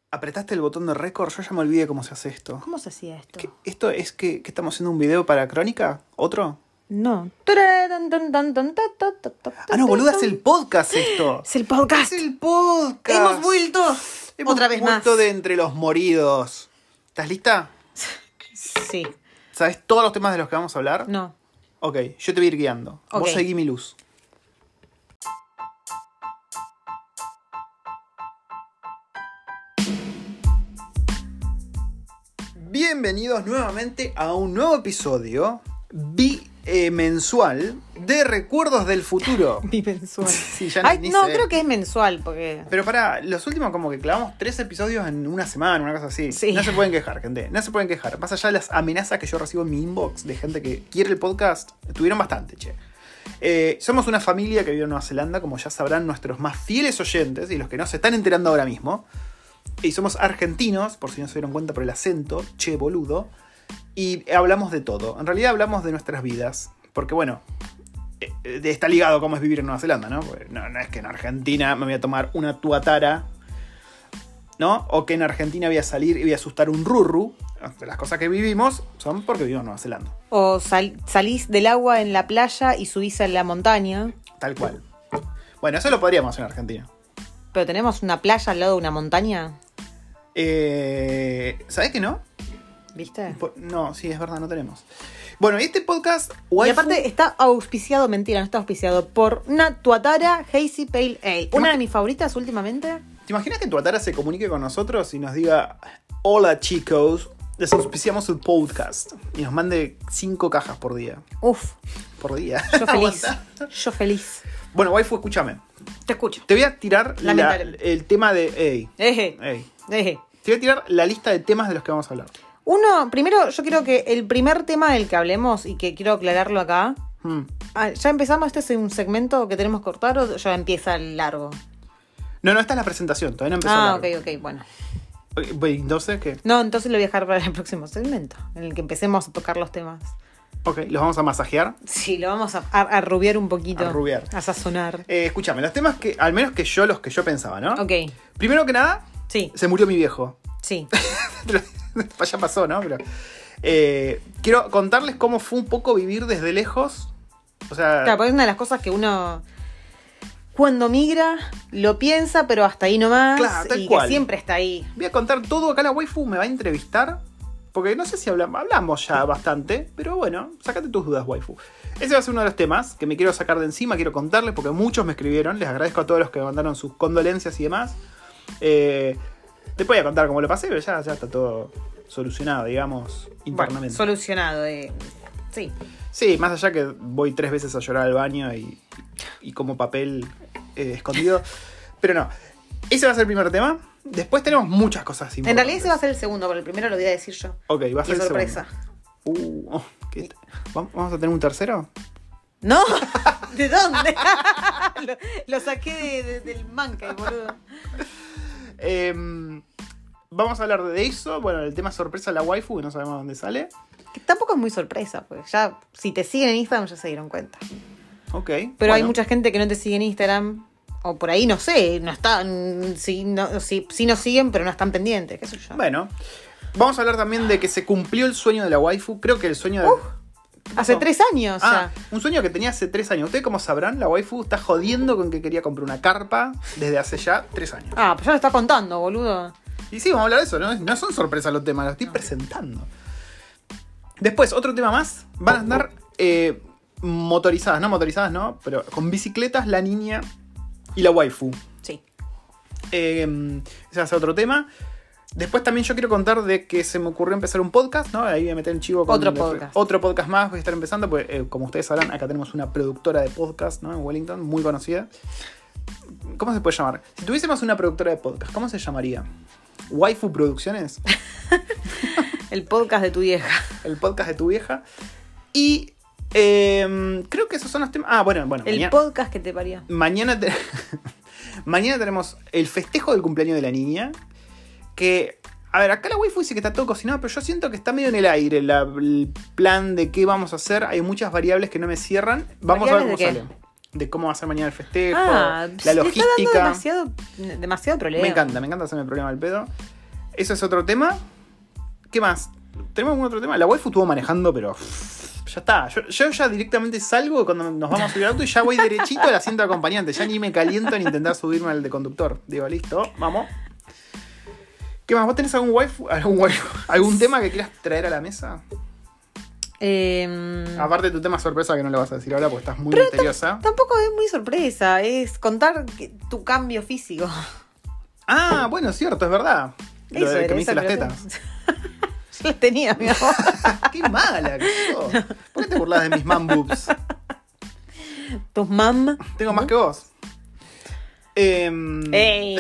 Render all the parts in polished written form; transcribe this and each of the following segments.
¿Apretaste el botón de récord? Yo ya me olvidé cómo se hace esto. ¿Cómo se hacía esto? ¿Esto es que estamos haciendo un video para Crónica? ¿Otro? No. Ah, no, boluda, es el podcast esto. Es el podcast. Es el podcast. Hemos vuelto. Otra vez más. Hemos vuelto de entre los moridos. ¿Estás lista? Sí. ¿Sabes todos los temas de los que vamos a hablar? No. Ok, yo te voy a ir guiando. Ok. Vos seguí mi luz. Bienvenidos nuevamente a un nuevo episodio mensual de Recuerdos del Futuro. Bimensual. Sí, ya Ay, ni no, sé. creo que es mensual, porque... Pero para los últimos como que clavamos 3 episodios en una semana, una cosa así. Sí. No se pueden quejar, gente. No se pueden quejar. Más allá de las amenazas que yo recibo en mi inbox de gente que quiere el podcast, tuvieron bastante, che. Somos una familia que vive en Nueva Zelanda, como ya sabrán nuestros más fieles oyentes y los que no se están enterando ahora mismo. Y somos argentinos, por si no se dieron cuenta por el acento, che boludo. Y hablamos de todo. En realidad hablamos de nuestras vidas. Porque bueno, está ligado a cómo es vivir en Nueva Zelanda, ¿no? Porque no es que en Argentina me voy a tomar una tuatara, ¿no? O que en Argentina voy a salir y voy a asustar un rurru. Las cosas que vivimos son porque vivimos en Nueva Zelanda. O salís del agua en la playa y subís a la montaña. Tal cual. Bueno, eso lo podríamos hacer en Argentina. Pero tenemos una playa al lado de una montaña. ¿Sabés que no? ¿Viste? No, sí, es verdad, no tenemos. Bueno, y este podcast... Y aparte está auspiciado, mentira, no está auspiciado, por una Tuatara Hazy Pale Ale. Una de mis favoritas últimamente. ¿Te imaginas que Tuatara se comunique con nosotros y nos diga: hola chicos, les auspiciamos el podcast? Y nos mande 5 cajas por día. Uf, Por día. yo feliz. Aguanta. Yo feliz. Bueno, waifu, escúchame. Te escucho. Te voy a tirar Lamentable. el tema de... Ey. Eje. Te voy a tirar la lista de temas de los que vamos a hablar. Primero yo quiero que el primer tema del que hablemos, y que quiero aclararlo acá. ¿Ya empezamos? ¿Este es un segmento que tenemos que cortar o ya empieza el largo? No, esta es la presentación, todavía no empezó. Ok, bueno. Entonces, ¿qué? No, entonces lo voy a dejar para el próximo segmento, en el que empecemos a tocar los temas. Ok, los vamos a masajear. Sí, lo vamos a rubiar un poquito. A rubiar. A sazonar. Escúchame, los temas que, al menos los que yo pensaba, ¿no? Ok, Primero que nada, sí, se murió mi viejo. sí. Ya pasó, ¿no? Pero quiero contarles cómo fue un poco vivir desde lejos. O sea, Claro, porque es una de las cosas que uno cuando migra lo piensa, pero hasta ahí nomás. Claro, tal y cual. que siempre está ahí. voy a contar todo. Acá la waifu me va a entrevistar. Porque no sé si hablamos ya bastante. Pero bueno, sácate tus dudas, waifu. Ese va a ser uno de los temas que me quiero sacar de encima. Quiero contarles porque muchos me escribieron. Les agradezco a todos los que me mandaron sus condolencias y demás. Te voy a contar cómo lo pasé, pero ya está todo solucionado, digamos, internamente. Bueno, solucionado. Sí. Sí, más allá que voy 3 veces a llorar al baño y como papel escondido. Pero no, ese va a ser el primer tema. Después tenemos muchas cosas importantes. En realidad ese va a ser el segundo, pero el primero lo voy a decir yo. Ok, va a Y ser el sorpresa. segundo. ¿Vamos a tener un tercero? ¿No? ¿De dónde? lo saqué del manca, boludo. Vamos a hablar de eso. Bueno, el tema sorpresa de la waifu, que no sabemos dónde sale. Que tampoco es muy sorpresa, porque ya, si te siguen en Instagram ya se dieron cuenta. Ok. Pero hay bueno. mucha gente que no te sigue en Instagram, o por ahí, no sé, no están, sí nos siguen, pero no están pendientes, qué sé yo. Bueno, vamos a hablar también de que se cumplió el sueño de la waifu. Creo que el sueño de... Hace 3 años ya. Un sueño que tenía hace 3 años. Ustedes, como sabrán, la waifu está jodiendo con que quería comprar una carpa desde hace ya 3 años. Pues ya lo está contando, boludo. Y sí, vamos a hablar de eso, ¿no? No son sorpresas los temas, los estoy presentando. Después, otro tema más. Van a andar motorizadas, pero con bicicletas la niña y la waifu. Sí. Ese va a ser otro tema. Después también yo quiero contar de que se me ocurrió empezar un podcast, ¿no? Ahí voy a meter el chivo con otro podcast más. Voy a estar empezando, porque como ustedes sabrán, acá tenemos una productora de podcast, ¿no? En Wellington, muy conocida. ¿Cómo se puede llamar? Si tuviésemos una productora de podcast, ¿cómo se llamaría? ¿Waifu Producciones? El podcast de tu vieja. El podcast de tu vieja. Y creo que esos son los temas. Bueno. El podcast que te parió. Mañana tenemos el festejo del cumpleaños de la niña. Que, a ver, acá la waifu dice que está todo cocinado, pero yo siento que está medio en el aire el plan de qué vamos a hacer. Hay muchas variables que no me cierran. Vamos a ver cómo sale. De cómo va a ser mañana el festejo, la logística. Demasiado problema. Me encanta hacerme el problema al pedo. Eso es otro tema. ¿Qué más? ¿Tenemos algún otro tema? La waifu estuvo manejando, pero ya está. Yo ya directamente salgo cuando nos vamos a subir al auto y ya voy derechito al asiento de acompañante. Ya ni me caliento en intentar subirme al de conductor. Digo, listo, vamos. ¿Qué más? ¿Vos tenés algún waifu? ¿Algún tema que quieras traer a la mesa? Aparte de tu tema sorpresa que no lo vas a decir ahora porque estás muy misteriosa. Tampoco es muy sorpresa, es contar tu cambio físico. Ah, bueno, cierto, es verdad. Lo de que me hice las tetas. Yo las tenía, mi amor. Qué mala que sos. ¿Por qué te burlas de mis man boobs? ¿Tus mam? Tengo más que vos. ¡Ey!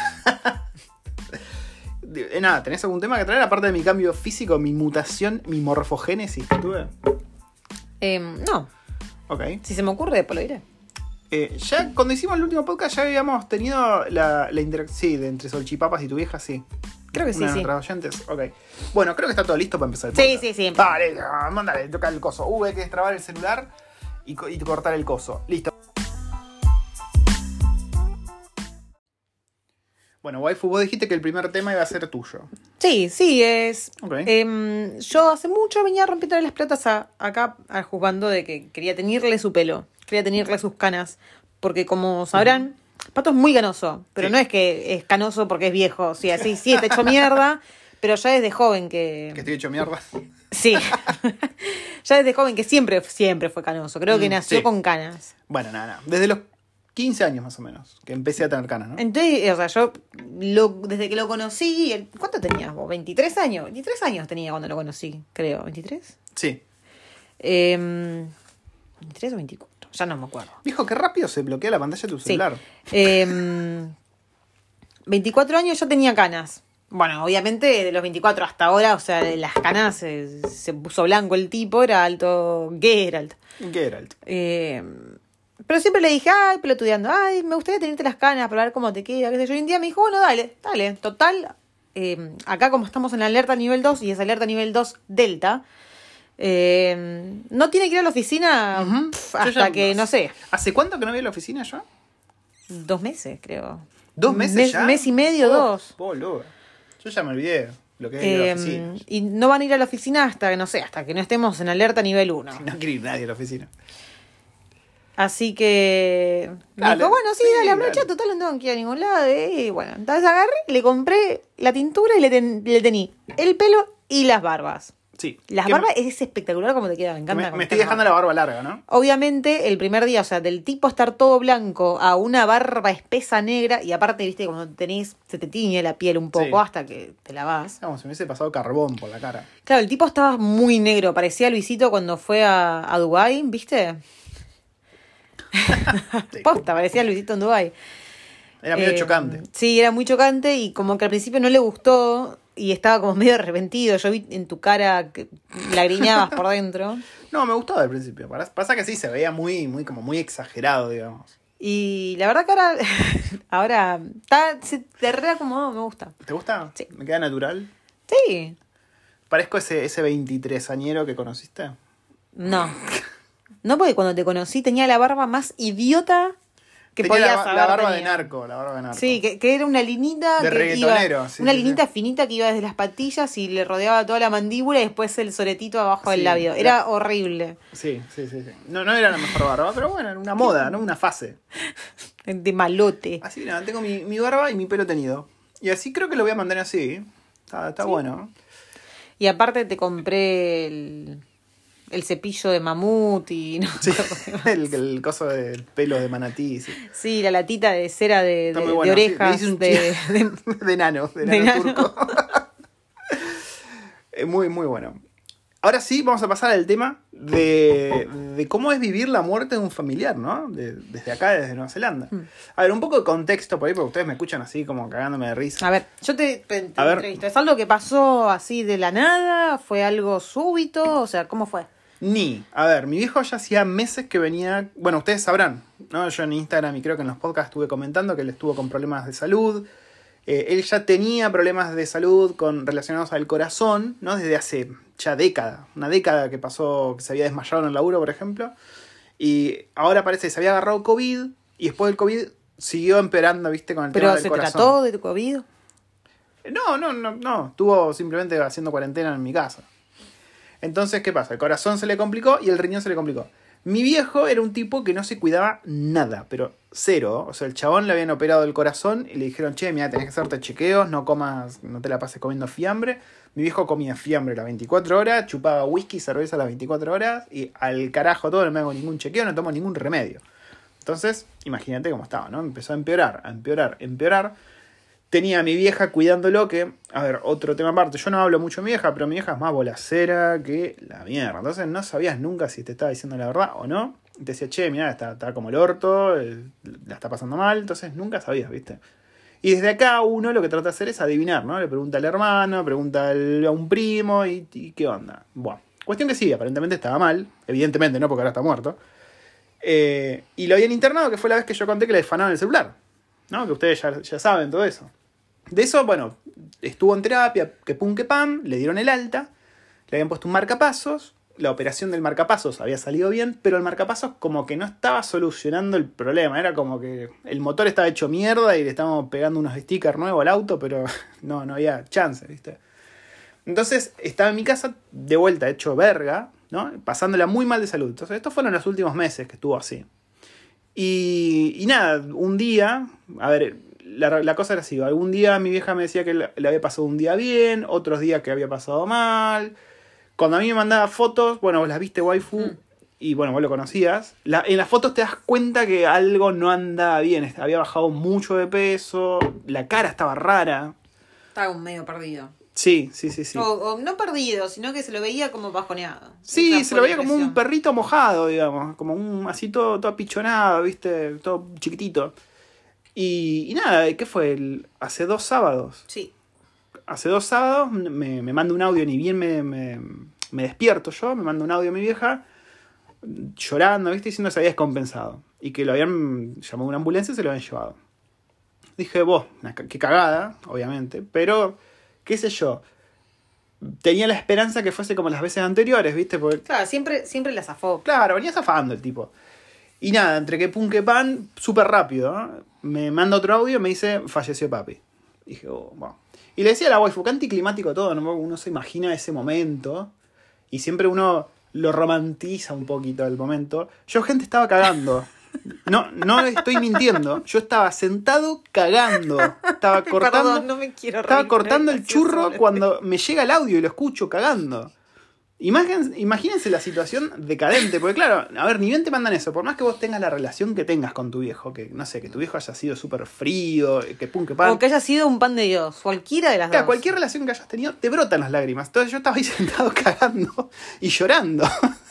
Nada, ¿tenés algún tema que traer? Aparte de mi cambio físico, mi mutación, mi morfogénesis que tuve. No. Ok. Si se me ocurre, después lo diré. Ya cuando hicimos el último podcast ya habíamos tenido la interacción, sí, de entre Solchipapas y tu vieja, sí. Creo que sí, sí. Nuestros oyentes, ok. Bueno, creo que está todo listo para empezar el podcast. Sí. Vale, mándale, toca el coso. Hay que destrabar el celular y cortar el coso. Listo. Bueno, waifu, vos dijiste que el primer tema iba a ser tuyo. Sí, es... Okay. Yo hace mucho venía rompiendo las pelotas acá juzgando de que quería tenerle su pelo, quería tenerle sus canas, porque como sabrán, Pato es muy canoso, pero no es que es canoso porque es viejo, o sea, sí, está hecho mierda, pero ya desde joven que... ¿Que estoy hecho mierda? Sí, ya desde joven que siempre fue canoso, creo que nació con canas. Bueno, nada, desde los 15 años más o menos, que empecé a tener canas, ¿no? Entonces, o sea, yo desde que lo conocí, ¿cuánto tenías vos? 23 años. 23 años tenía cuando lo conocí, creo. ¿23? Sí. 23 o 24, ya no me acuerdo. Viejo, qué rápido se bloquea la pantalla de tu celular. 24 años yo tenía canas. Bueno, obviamente de los 24 hasta ahora, o sea, de las canas se puso blanco el tipo, era alto Geralt. Pero siempre le dije, pelotudeando, me gustaría tenerte las canas para ver cómo te queda, qué sé yo. Y un día me dijo, bueno, dale. Total, acá como estamos en la alerta nivel 2 y es alerta nivel 2 Delta, no tiene que ir a la oficina hasta que, no sé. ¿Hace cuánto que no voy a la oficina yo? 2 meses, creo. ¿2 meses ya? Mes y medio, 2. Boludo. Yo ya me olvidé lo que es ir a la oficina. Y no van a ir a la oficina hasta que, no sé, hasta que no estemos en alerta nivel 1. No quiere ir nadie a la oficina. Así que me dijo, bueno, sí, dale, aprovecha, total, no tengo que ir a ningún lado. Y bueno, entonces agarré, le compré la tintura y le tení el pelo y las barbas. Sí. Las barbas es espectacular como te queda, me encanta. Me estoy dejando la barba larga, ¿no? Obviamente, el primer día, o sea, del tipo estar todo blanco a una barba espesa negra, y aparte, viste, como se te tiñe la piel un poco hasta que te lavas. Como si me hubiese pasado carbón por la cara. Claro, el tipo estaba muy negro, parecía Luisito cuando fue a Dubái, ¿viste? Sí. Posta, parecía Luisito en Dubái. Era medio chocante. Sí, era muy chocante y como que al principio no le gustó y estaba como medio arrepentido. Yo vi en tu cara que lagrimeabas por dentro. No, me gustaba al principio. Pasa que sí, se veía muy exagerado, digamos. Y la verdad que ahora se te reacomodó, me gusta. ¿Te gusta? Sí. ¿Me queda natural? Sí. ¿Parezco ese 23añero que conociste? No. No, porque cuando te conocí tenía la barba más idiota que podías saber. La barba de narco. Sí, que era una linita. De reggaetonero. Una linita finita que iba desde las patillas y le rodeaba toda la mandíbula y después el soretito abajo del labio. Era horrible. Sí. No era la mejor barba, pero bueno, era una moda, ¿no? Una fase. De malote. Así que nada, tengo mi barba y mi pelo tenido. Y así creo que lo voy a mantener así. Está bueno. Y aparte te compré el cepillo de mamut y... No, sí, el coso de pelos de manatí. Sí, la latita de cera de orejas. Sí, de nano turco. Muy, muy bueno. Ahora sí, vamos a pasar al tema de cómo es vivir la muerte de un familiar, ¿no? Desde acá, desde Nueva Zelanda. A ver, un poco de contexto por ahí, porque ustedes me escuchan así como cagándome de risa. A ver, yo te entrevisto. ¿Es algo que pasó así de la nada? ¿Fue algo súbito? O sea, ¿cómo fue? A ver, mi viejo ya hacía meses que venía... Bueno, ustedes sabrán, ¿no? Yo en Instagram y creo que en los podcasts estuve comentando que él estuvo con problemas de salud. Él ya tenía problemas de salud relacionados al corazón, ¿no? Desde hace ya una década que pasó, que se había desmayado en el laburo, por ejemplo. Y ahora parece que se había agarrado COVID y después del COVID siguió empeorando, ¿viste? Con el tema del corazón. ¿Pero se trató de COVID? No. Estuvo simplemente haciendo cuarentena en mi casa. Entonces, ¿qué pasa? El corazón se le complicó y el riñón se le complicó. Mi viejo era un tipo que no se cuidaba nada, pero cero. O sea, el chabón le habían operado el corazón y le dijeron, che, mira, tenés que hacerte chequeos, no comas, no te la pases comiendo fiambre. Mi viejo comía fiambre las 24 horas, chupaba whisky y cerveza las 24 horas y al carajo todo, no me hago ningún chequeo, no tomo ningún remedio. Entonces, imagínate cómo estaba, ¿no? Empezó a empeorar. Tenía a mi vieja cuidándolo que, a ver, otro tema aparte, yo no hablo mucho de mi vieja, pero mi vieja es más bolacera que la mierda. Entonces no sabías nunca si te estaba diciendo la verdad o no. Te decía, che, mirá, está como el orto, la está pasando mal, entonces nunca sabías, ¿viste? Y desde acá uno lo que trata de hacer es adivinar, ¿no? Le pregunta al hermano, pregunta a un primo y ¿qué onda? Bueno, cuestión que sí, aparentemente estaba mal, evidentemente no, porque ahora está muerto. Y lo habían internado, que fue la vez que yo conté que le afanaron el celular, ¿no? Que ustedes ya saben todo eso. De eso, bueno, estuvo en terapia, que pum que pam, le dieron el alta, le habían puesto un marcapasos, la operación del marcapasos había salido bien, pero el marcapasos como que no estaba solucionando el problema, era como que el motor estaba hecho mierda y le estábamos pegando unos stickers nuevos al auto, pero no había chance, ¿viste? Entonces estaba en mi casa de vuelta hecho verga, ¿no? Pasándola muy mal de salud. Entonces estos fueron los últimos meses que estuvo así. Y nada, un día, a ver, la cosa era así, algún día mi vieja me decía que le había pasado un día bien, otros días que había pasado mal. Cuando a mí me mandaba fotos, bueno, vos las viste, waifu, y bueno, vos lo conocías. En las fotos te das cuenta que algo no andaba bien, había bajado mucho de peso, la cara estaba rara. Estaba un medio perdido. Sí. O no perdido, sino que se lo veía como bajoneado. Sí, se lo veía como un perrito mojado, digamos, como un así todo apichonado, ¿viste? Todo chiquitito. Y nada, ¿qué fue? Hace 2 sábados. Sí. Hace 2 sábados me manda un audio, ni bien me despierto yo, me manda un audio a mi vieja llorando, ¿viste? Diciendo que se había descompensado. Y que lo habían llamado a una ambulancia y se lo habían llevado. Dije, vos, qué cagada, obviamente, pero qué sé yo. Tenía la esperanza que fuese como las veces anteriores, ¿viste? Porque, claro, siempre la zafó. Claro, venía zafando el tipo. Y nada, entre que pum que pan, súper rápido, ¿no? Me manda otro audio y me dice, falleció papi. Dije, bueno. Y le decía a la waifu, que anticlimático todo, ¿no? Uno se imagina ese momento y siempre uno lo romantiza un poquito el momento. Yo, gente, estaba cagando. No estoy mintiendo. Yo estaba sentado cagando. Estaba cortando, Perdón, no me quiero reír, estaba cortando el churro cuando me llega el audio y lo escucho cagando. Imagínense la situación decadente, porque claro, a ver, ni bien te mandan eso, por más que vos tengas la relación que tengas con tu viejo, que no sé, que tu viejo haya sido súper frío, que pum, que pan. O que haya sido un pan de Dios, cualquiera de las dos. Cualquier relación que hayas tenido, te brotan las lágrimas. Entonces yo estaba ahí sentado cagando y llorando.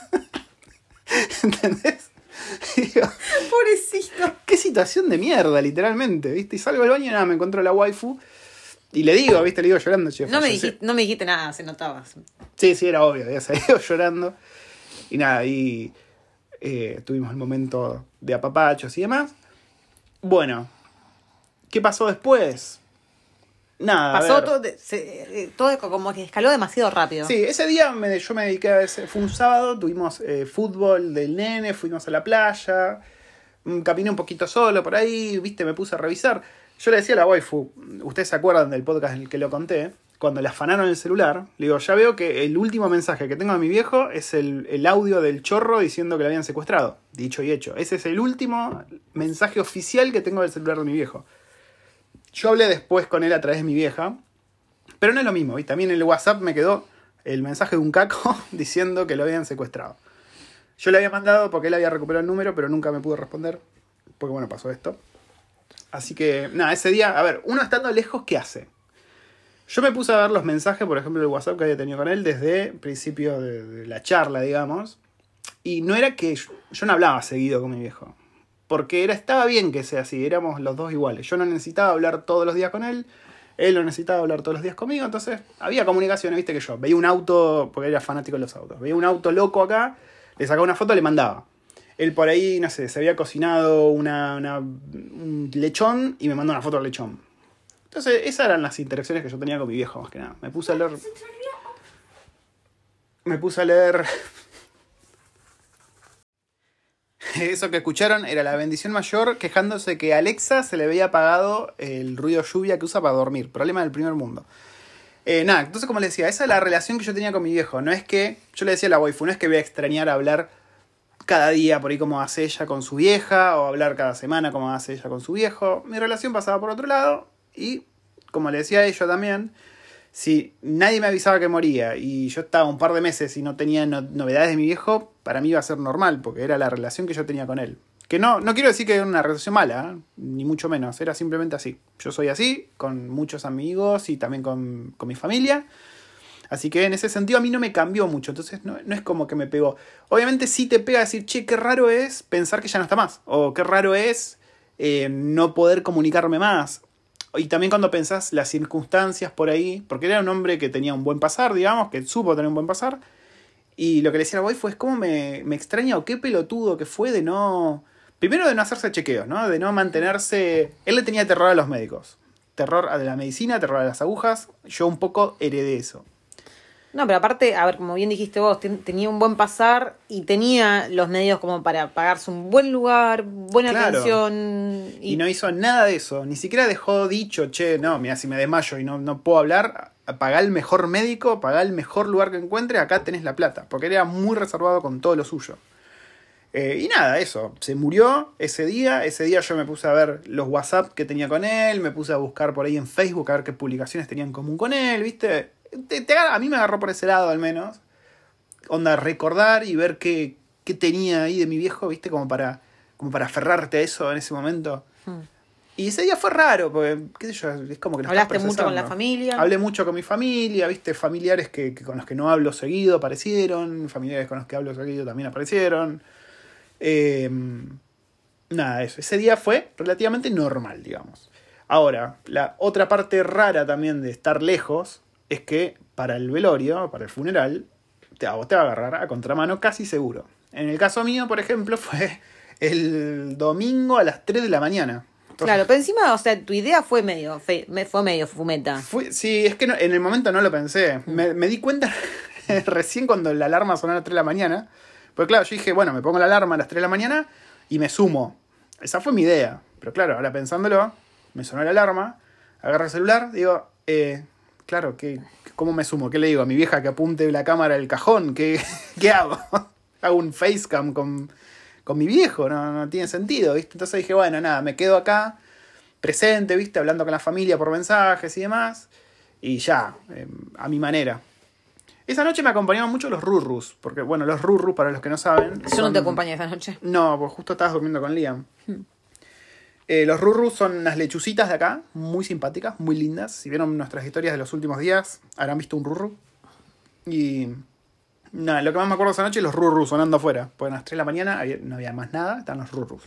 ¿Entendés? Digo, pobrecito. qué situación de mierda, literalmente, ¿viste? Y salgo del baño y nada, me encuentro a la waifu. Y le digo, ¿viste? Le digo llorando. Che, no me dijiste nada, se notaba. Sí, era obvio, había salido llorando. Y nada, ahí tuvimos el momento de apapachos y demás. Bueno, ¿qué pasó después? Nada. Pasó todo como que escaló demasiado rápido. Sí, ese día yo me dediqué a ese. Fue un sábado, tuvimos fútbol del nene, fuimos a la playa. Caminé un poquito solo por ahí, ¿viste? Me puse a revisar. Yo le decía a la waifu, ustedes se acuerdan del podcast en el que lo conté, cuando le afanaron el celular, le digo, ya veo que el último mensaje que tengo de mi viejo es el audio del chorro diciendo que lo habían secuestrado. Dicho y hecho. Ese es el último mensaje oficial que tengo del celular de mi viejo. Yo hablé después con él a través de mi vieja, pero no es lo mismo. Y también en el WhatsApp me quedó el mensaje de un caco diciendo que lo habían secuestrado. Yo le había mandado porque él había recuperado el número, pero nunca me pudo responder, porque bueno, pasó esto. Así que, nada, ese día, a ver, uno estando lejos, ¿qué hace? Yo me puse a ver los mensajes, por ejemplo, del WhatsApp que había tenido con él desde el principio de la charla, digamos. Y no era que yo no hablaba seguido con mi viejo. Porque estaba bien que sea así, éramos los dos iguales. Yo no necesitaba hablar todos los días con él, él no necesitaba hablar todos los días conmigo. Entonces, había comunicaciones, viste que yo veía un auto, porque era fanático de los autos, veía un auto loco acá, le sacaba una foto, le mandaba. Él por ahí, no sé, se había cocinado un lechón y me mandó una foto del lechón. Entonces, esas eran las interacciones que yo tenía con mi viejo, más que nada. Me puse a leer... Eso que escucharon era la bendición mayor quejándose que a Alexa se le había apagado el ruido lluvia que usa para dormir. Problema del primer mundo. Nada, entonces como les decía, esa es la relación que yo tenía con mi viejo. No es que, yo le decía a la waifu, no es que voy a extrañar hablar cada día por ahí como hace ella con su vieja, o hablar cada semana como hace ella con su viejo. Mi relación pasaba por otro lado, y como le decía a ella también, si nadie me avisaba que moría y yo estaba un par de meses y no tenía novedades de mi viejo, para mí iba a ser normal, porque era la relación que yo tenía con él. Que no quiero decir que era una relación mala, ni mucho menos, era simplemente así. Yo soy así, con muchos amigos y también con mi familia. Así que en ese sentido a mí no me cambió mucho, entonces no es como que me pegó. Obviamente sí te pega decir, che, qué raro es pensar que ya no está más, o qué raro es no poder comunicarme más. Y también cuando pensás las circunstancias por ahí, porque era un hombre que tenía un buen pasar, digamos, que supo tener un buen pasar, y lo que le decía a la waifu es cómo me extraña o qué pelotudo que fue de no... Primero de no hacerse chequeos, ¿no? De no mantenerse... Él le tenía terror a los médicos. Terror a la medicina, terror a las agujas. Yo un poco heredé eso. No, pero aparte, a ver, como bien dijiste vos, tenía un buen pasar y tenía los medios como para pagarse un buen lugar, buena atención. Y no hizo nada de eso. Ni siquiera dejó dicho, che, no, mira, si me desmayo y no puedo hablar, pagá el mejor médico, pagá el mejor lugar que encuentre, acá tenés la plata. Porque era muy reservado con todo lo suyo. Y nada, eso. Se murió ese día. Ese día yo me puse a ver los WhatsApp que tenía con él. Me puse a buscar por ahí en Facebook a ver qué publicaciones tenía en común con él, ¿viste? A mí me agarró por ese lado al menos. Onda, recordar y ver qué tenía ahí de mi viejo, ¿viste? Como para aferrarte a eso en ese momento. Y ese día fue raro, porque, qué sé yo, es como que lo ¿Hablaste mucho con la familia? Hablé mucho con mi familia, ¿viste? Familiares que con los que no hablo seguido aparecieron. Familiares con los que hablo seguido también aparecieron. Nada, eso. Ese día fue relativamente normal, digamos. Ahora, la otra parte rara también de estar lejos es que para el velorio, para el funeral, a vos te va a agarrar a contramano casi seguro. En el caso mío, por ejemplo, fue el domingo a las 3 de la mañana. Entonces, claro, pero encima, o sea, tu idea fue medio fumeta. Sí, es que en el momento no lo pensé. Me di cuenta recién cuando la alarma sonó a las 3 de la mañana. Porque claro, yo dije, bueno, me pongo la alarma a las 3 de la mañana y me sumo. Esa fue mi idea. Pero claro, ahora pensándolo, me sonó la alarma, agarro el celular, digo, claro, ¿cómo me sumo? ¿Qué le digo? ¿A mi vieja que apunte la cámara al cajón? ¿Qué hago? ¿Hago un facecam con mi viejo? No tiene sentido, ¿viste? Entonces dije, bueno, nada, me quedo acá, presente, ¿viste? Hablando con la familia por mensajes y demás. Y ya, a mi manera. Esa noche me acompañaban mucho los rurrus, porque bueno, los rurrus, para los que no saben... Yo no te acompañé esa noche. No, pues justo estabas durmiendo con Liam. Los rurrus son unas lechucitas de acá, muy simpáticas, muy lindas. Si vieron nuestras historias de los últimos días, habrán visto un rurru. Y nada, lo que más me acuerdo esa noche es los rurrus sonando afuera. Pues a las 3 de la mañana no había más nada, estaban los rurrus.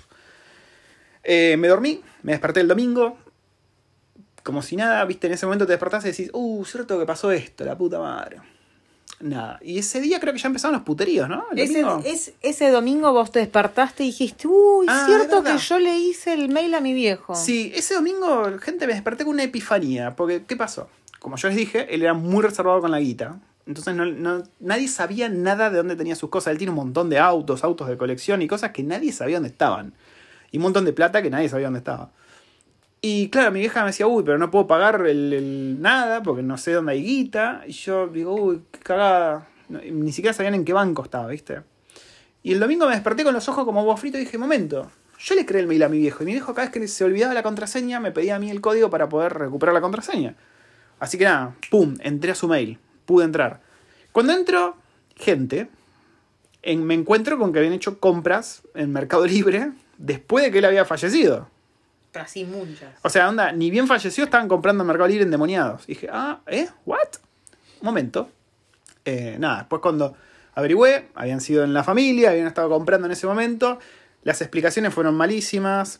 Me dormí, me desperté el domingo. Como si nada, viste, en ese momento te despertás y decís, cierto que pasó esto, la puta madre. Nada. Y ese día creo que ya empezaron los puteríos, ¿no? Ese domingo vos te despertaste y dijiste, cierto que yo le hice el mail a mi viejo. Sí, ese domingo, gente, me desperté con una epifanía. Porque, ¿qué pasó? Como yo les dije, él era muy reservado con la guita. Entonces nadie sabía nada de dónde tenía sus cosas. Él tiene un montón de autos de colección y cosas que nadie sabía dónde estaban. Y un montón de plata que nadie sabía dónde estaba. Y claro, mi vieja me decía, pero no puedo pagar el nada porque no sé dónde hay guita. Y yo digo, qué cagada. Ni siquiera sabían en qué banco estaba, ¿viste? Y el domingo me desperté con los ojos como huevo frito y dije, momento, yo le creé el mail a mi viejo. Y mi viejo cada vez que se olvidaba la contraseña me pedía a mí el código para poder recuperar la contraseña. Así que nada, pum, entré a su mail. Pude entrar. Cuando entro, gente, me encuentro con que habían hecho compras en Mercado Libre después de que él había fallecido. Así muchas. O sea, onda, ni bien falleció, estaban comprando en Mercado Libre endemoniados. Y dije, ¿what? Un momento. Nada, después cuando averigüé, habían sido en la familia, habían estado comprando en ese momento. Las explicaciones fueron malísimas.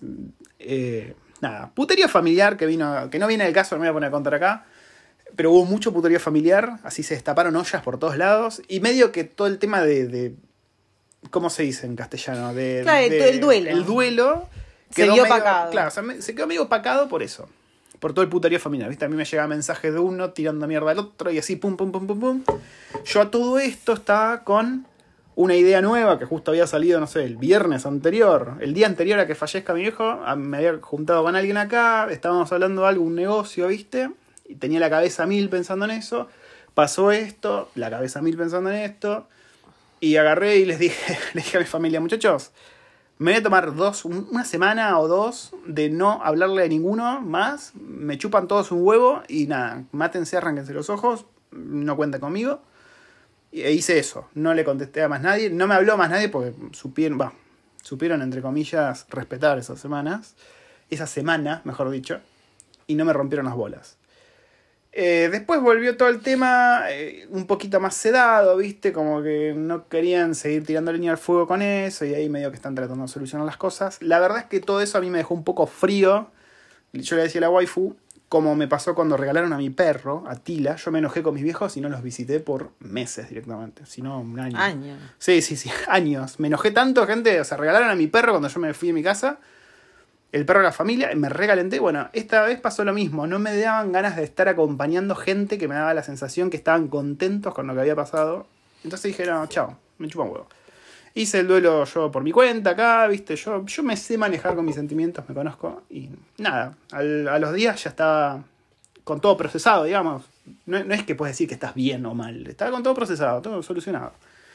Nada, putería familiar que no viene del caso, no me voy a poner a contar acá. Pero hubo mucho putería familiar, así se destaparon ollas por todos lados. Y medio que todo el tema de ¿cómo se dice en castellano? El duelo. El duelo. Se vio opacado. Claro, o sea, se quedó medio opacado por eso. Por todo el puterío familiar, ¿viste? A mí me llegaba mensajes de uno tirando mierda al otro y así, pum, pum, pum, pum, pum. Yo a todo esto estaba con una idea nueva que justo había salido, no sé, el viernes anterior, el día anterior a que fallezca mi viejo, me había juntado con alguien acá, estábamos hablando de algo, un negocio, ¿viste? Y tenía la cabeza a mil pensando en eso, pasó esto, la cabeza a mil pensando en esto, y agarré y les dije a mi familia, muchachos, me voy a tomar una semana o dos de no hablarle a ninguno más, me chupan todos un huevo y nada, mátense, arránquense los ojos, no cuenten conmigo. E hice eso, no le contesté a más nadie, no me habló más nadie porque supieron entre comillas respetar esas semanas, esa semana, mejor dicho, y no me rompieron las bolas. Después volvió todo el tema un poquito más sedado, ¿viste? Como que no querían seguir tirando leña al fuego con eso y ahí medio que están tratando de solucionar las cosas. La verdad es que todo eso a mí me dejó un poco frío. Yo le decía a la waifu, como me pasó cuando regalaron a mi perro, a Tila, yo me enojé con mis viejos y no los visité por meses directamente, sino un año. Años. Sí, años. Me enojé tanto, gente, o sea, regalaron a mi perro cuando yo me fui de mi casa, el perro de la familia, me recalenté. Bueno, esta vez pasó lo mismo, no me daban ganas de estar acompañando gente que me daba la sensación que estaban contentos con lo que había pasado. Entonces dije, no, chao, me chupa un huevo. Hice el duelo yo por mi cuenta acá, ¿viste? Yo me sé manejar con mis sentimientos, me conozco. Y nada, a los días ya estaba con todo procesado, digamos. No es que puedes decir que estás bien o mal. Estaba con todo procesado, todo solucionado.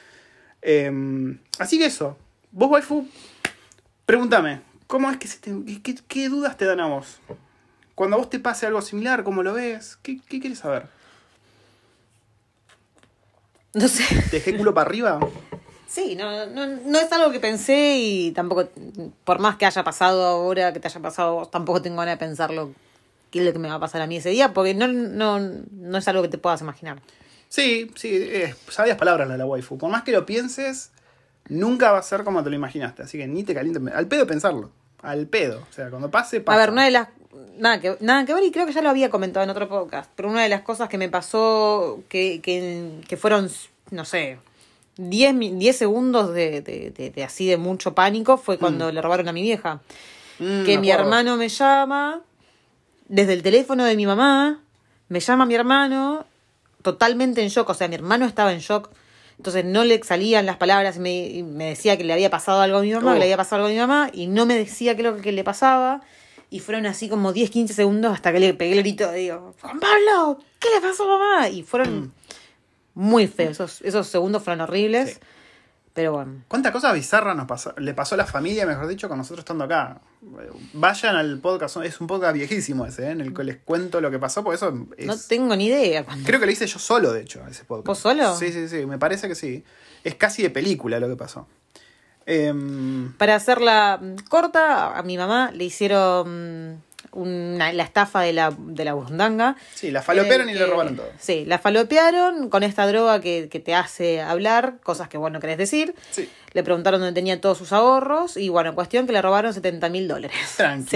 Así que eso. Vos, waifu, pregúntame, ¿cómo es que qué dudas te dan a vos? Cuando a vos te pase algo similar, ¿cómo lo ves? ¿Qué quieres saber? No sé. ¿Te dejé culo para arriba? Sí, no es algo que pensé y tampoco, por más que haya pasado ahora, que te haya pasado vos, tampoco tengo ganas de pensarlo qué es lo que me va a pasar a mí ese día, porque no es algo que te puedas imaginar. Sí, sabias palabras la waifu. Por más que lo pienses, nunca va a ser como te lo imaginaste. Así que ni te calientes. Al pedo pensarlo. Al pedo. O sea, cuando pase, pasa. A ver, una de las... Nada que ver, y creo que ya lo había comentado en otro podcast, pero una de las cosas que me pasó que fueron, no sé, 10 segundos de así de mucho pánico fue cuando le robaron a mi vieja. Que mi hermano me llama desde el teléfono de mi mamá, me llama mi hermano totalmente en shock, o sea, mi hermano estaba en shock, entonces no le salían las palabras y me decía que le había pasado algo a mi mamá, y no me decía qué es lo que le pasaba, y fueron así como 10-15 segundos hasta que le pegué el grito, digo, Juan Pablo, ¿qué le pasó a mamá? Y fueron muy feos, esos segundos fueron horribles, sí. Pero bueno. ¿Cuántas cosas bizarras le pasó a la familia, mejor dicho, con nosotros estando acá? Vayan al podcast, es un podcast viejísimo ese, en el que les cuento lo que pasó, porque eso es... No tengo ni idea. Creo que lo hice yo solo, de hecho, ese podcast. ¿Vos solo? Sí, me parece que sí. Es casi de película lo que pasó. Para hacerla corta, a mi mamá le hicieron la estafa de la burundanga. Sí, la falopearon y le robaron todo. Sí, la falopearon con esta droga que te hace hablar cosas que vos no querés decir. Sí. Le preguntaron dónde tenía todos sus ahorros y bueno, cuestión que le robaron $70.000. Tranqui.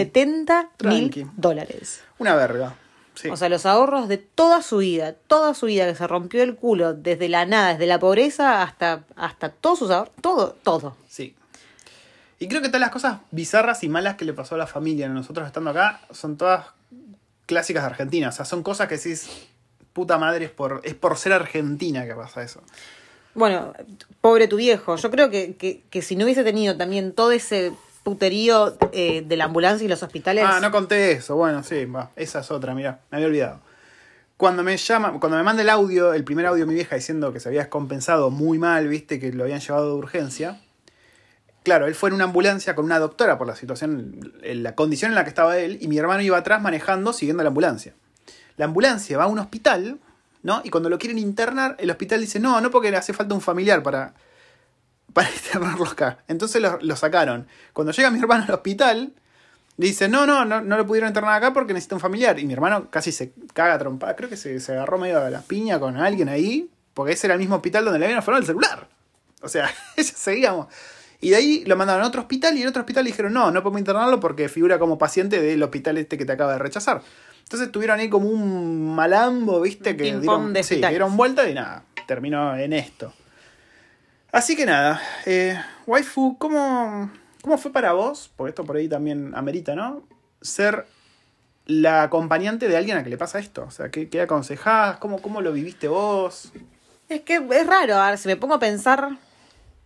$70.000. Una verga. Sí. O sea, los ahorros de toda su vida que se rompió el culo desde la nada, desde la pobreza hasta todos sus ahorros, todo. Sí. Y creo que todas las cosas bizarras y malas que le pasó a la familia nosotros estando acá son todas clásicas de Argentina. O sea, son cosas que decís, puta madre, es por ser argentina que pasa eso. Bueno, pobre tu viejo. Yo creo que si no hubiese tenido también todo ese puterío de la ambulancia y los hospitales... Ah, no conté eso. Bueno, sí, esa es otra, mirá, me había olvidado. Cuando me manda el audio, el primer audio de mi vieja diciendo que se había descompensado muy mal, viste, que lo habían llevado de urgencia... Claro, él fue en una ambulancia con una doctora por la situación, la condición en la que estaba él, y mi hermano iba atrás manejando, siguiendo la ambulancia. La ambulancia va a un hospital, ¿no? Y cuando lo quieren internar, el hospital dice, no porque le hace falta un familiar para internarlo acá. Entonces lo sacaron. Cuando llega mi hermano al hospital, dice, no lo pudieron internar acá porque necesita un familiar. Y mi hermano casi se caga trompada, creo que se agarró medio a la piña con alguien ahí, porque ese era el mismo hospital donde le habían afanado el celular. O sea, seguíamos. Y de ahí lo mandaron a otro hospital y en otro hospital le dijeron, no podemos internarlo porque figura como paciente del hospital este que te acaba de rechazar. Entonces tuvieron ahí como un malambo, ¿viste? Que dieron vuelta y nada, terminó en esto. Así que nada, waifu, ¿cómo fue para vos? Porque esto por ahí también amerita, ¿no? Ser la acompañante de alguien a que le pasa esto. O sea, ¿qué aconsejás? ¿Cómo lo viviste vos? Es que es raro, a ver, si me pongo a pensar...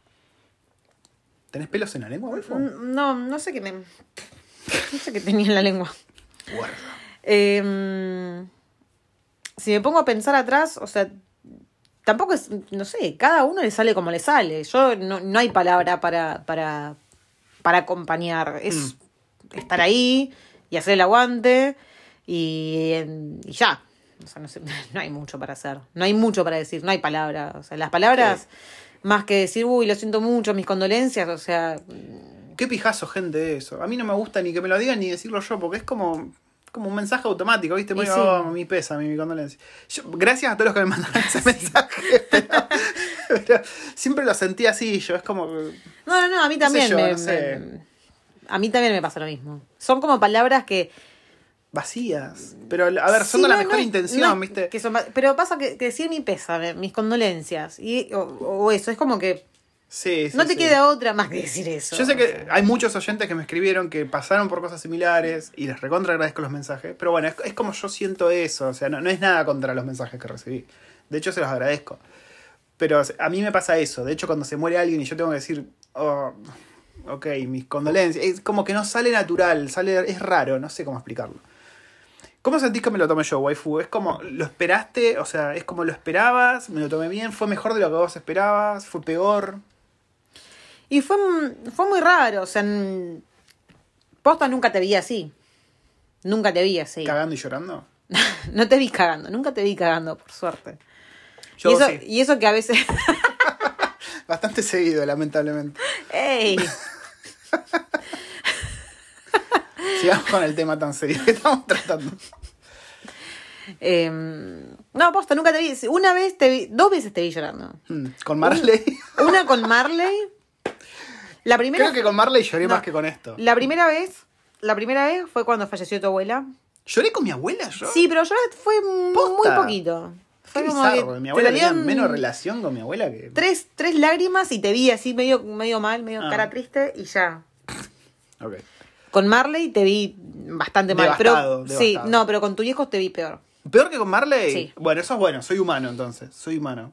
¿Tenés pelos en la lengua, waifu? No sé qué me... No sé qué tenía en la lengua. Guarda. Si me pongo a pensar atrás, o sea, tampoco es, no sé, cada uno le sale como le sale. Yo no hay palabra para acompañar. Es estar ahí y hacer el aguante y ya. O sea, no sé, no hay mucho para hacer. No hay mucho para decir, no hay palabra. O sea, las palabras, más que decir, uy, lo siento mucho, mis condolencias, o sea... Qué pijazo, gente, eso. A mí no me gusta ni que me lo digan ni decirlo yo, porque es como un mensaje automático, ¿viste? Muy, mi pesa, mi condolencia. Gracias a todos los que me mandaron ese mensaje, pero siempre lo sentí así, yo, es como... No, a mí también no sé. a mí también me pasa lo mismo. Son como palabras que... Vacías. Pero, a ver, son con la mejor intención, ¿viste? Pero pasa que decir mi pésame, mis condolencias, o eso, es como que... Sí, no te queda otra más que decir eso. Yo sé que hay muchos oyentes que me escribieron que pasaron por cosas similares y les recontra agradezco los mensajes. Pero bueno, es como yo siento eso. O sea, no es nada contra los mensajes que recibí. De hecho, se los agradezco. Pero a mí me pasa eso. De hecho, cuando se muere alguien y yo tengo que decir, ok, mis condolencias, es como que no sale natural, es raro, no sé cómo explicarlo. ¿Cómo sentís que me lo tomé yo, waifu? ¿Es como lo esperaste? O sea, ¿es como lo esperabas? ¿Me lo tomé bien? ¿Fue mejor de lo que vos esperabas? ¿Fue peor? Y fue muy raro, o sea, posta nunca te vi así. Nunca te vi así. ¿Cagando y llorando? No te vi cagando, nunca te vi cagando, por suerte. Yo y eso que a veces... Bastante seguido, lamentablemente. ¡Ey! Sigamos con el tema tan serio que estamos tratando. No, posta, nunca te vi. Una vez te vi, 2 veces te vi llorando. ¿Con Marley? Una con Marley. La primera, creo que con Marley lloré más que con esto. La primera vez fue cuando falleció tu abuela. ¿Lloré con mi abuela yo? Sí, pero fue muy poquito. Fue qué como bizarro. que Mi abuela tenía menos relación con mi abuela que... 3 lágrimas y te vi así medio mal, medio cara triste y ya. Ok. Con Marley te vi bastante mal. Devastado. Sí, no, pero con tu viejo te vi peor. ¿Peor que con Marley? Sí. Bueno, eso es bueno. Soy humano, entonces. Soy humano.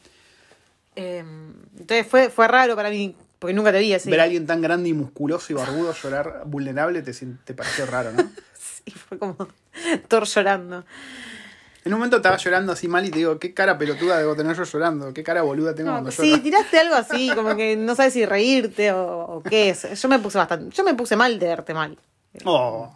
Entonces fue raro para mí, porque nunca te vi así. Ver a alguien tan grande y musculoso y barbudo llorar vulnerable te pareció raro, ¿no? Sí, fue como Thor llorando. En un momento estaba llorando así mal y te digo, qué cara pelotuda debo tener yo llorando, qué cara boluda tengo cuando lloro. Sí, tiraste algo así, como que no sabes si reírte o qué es. Yo me puse mal de verte mal. Oh.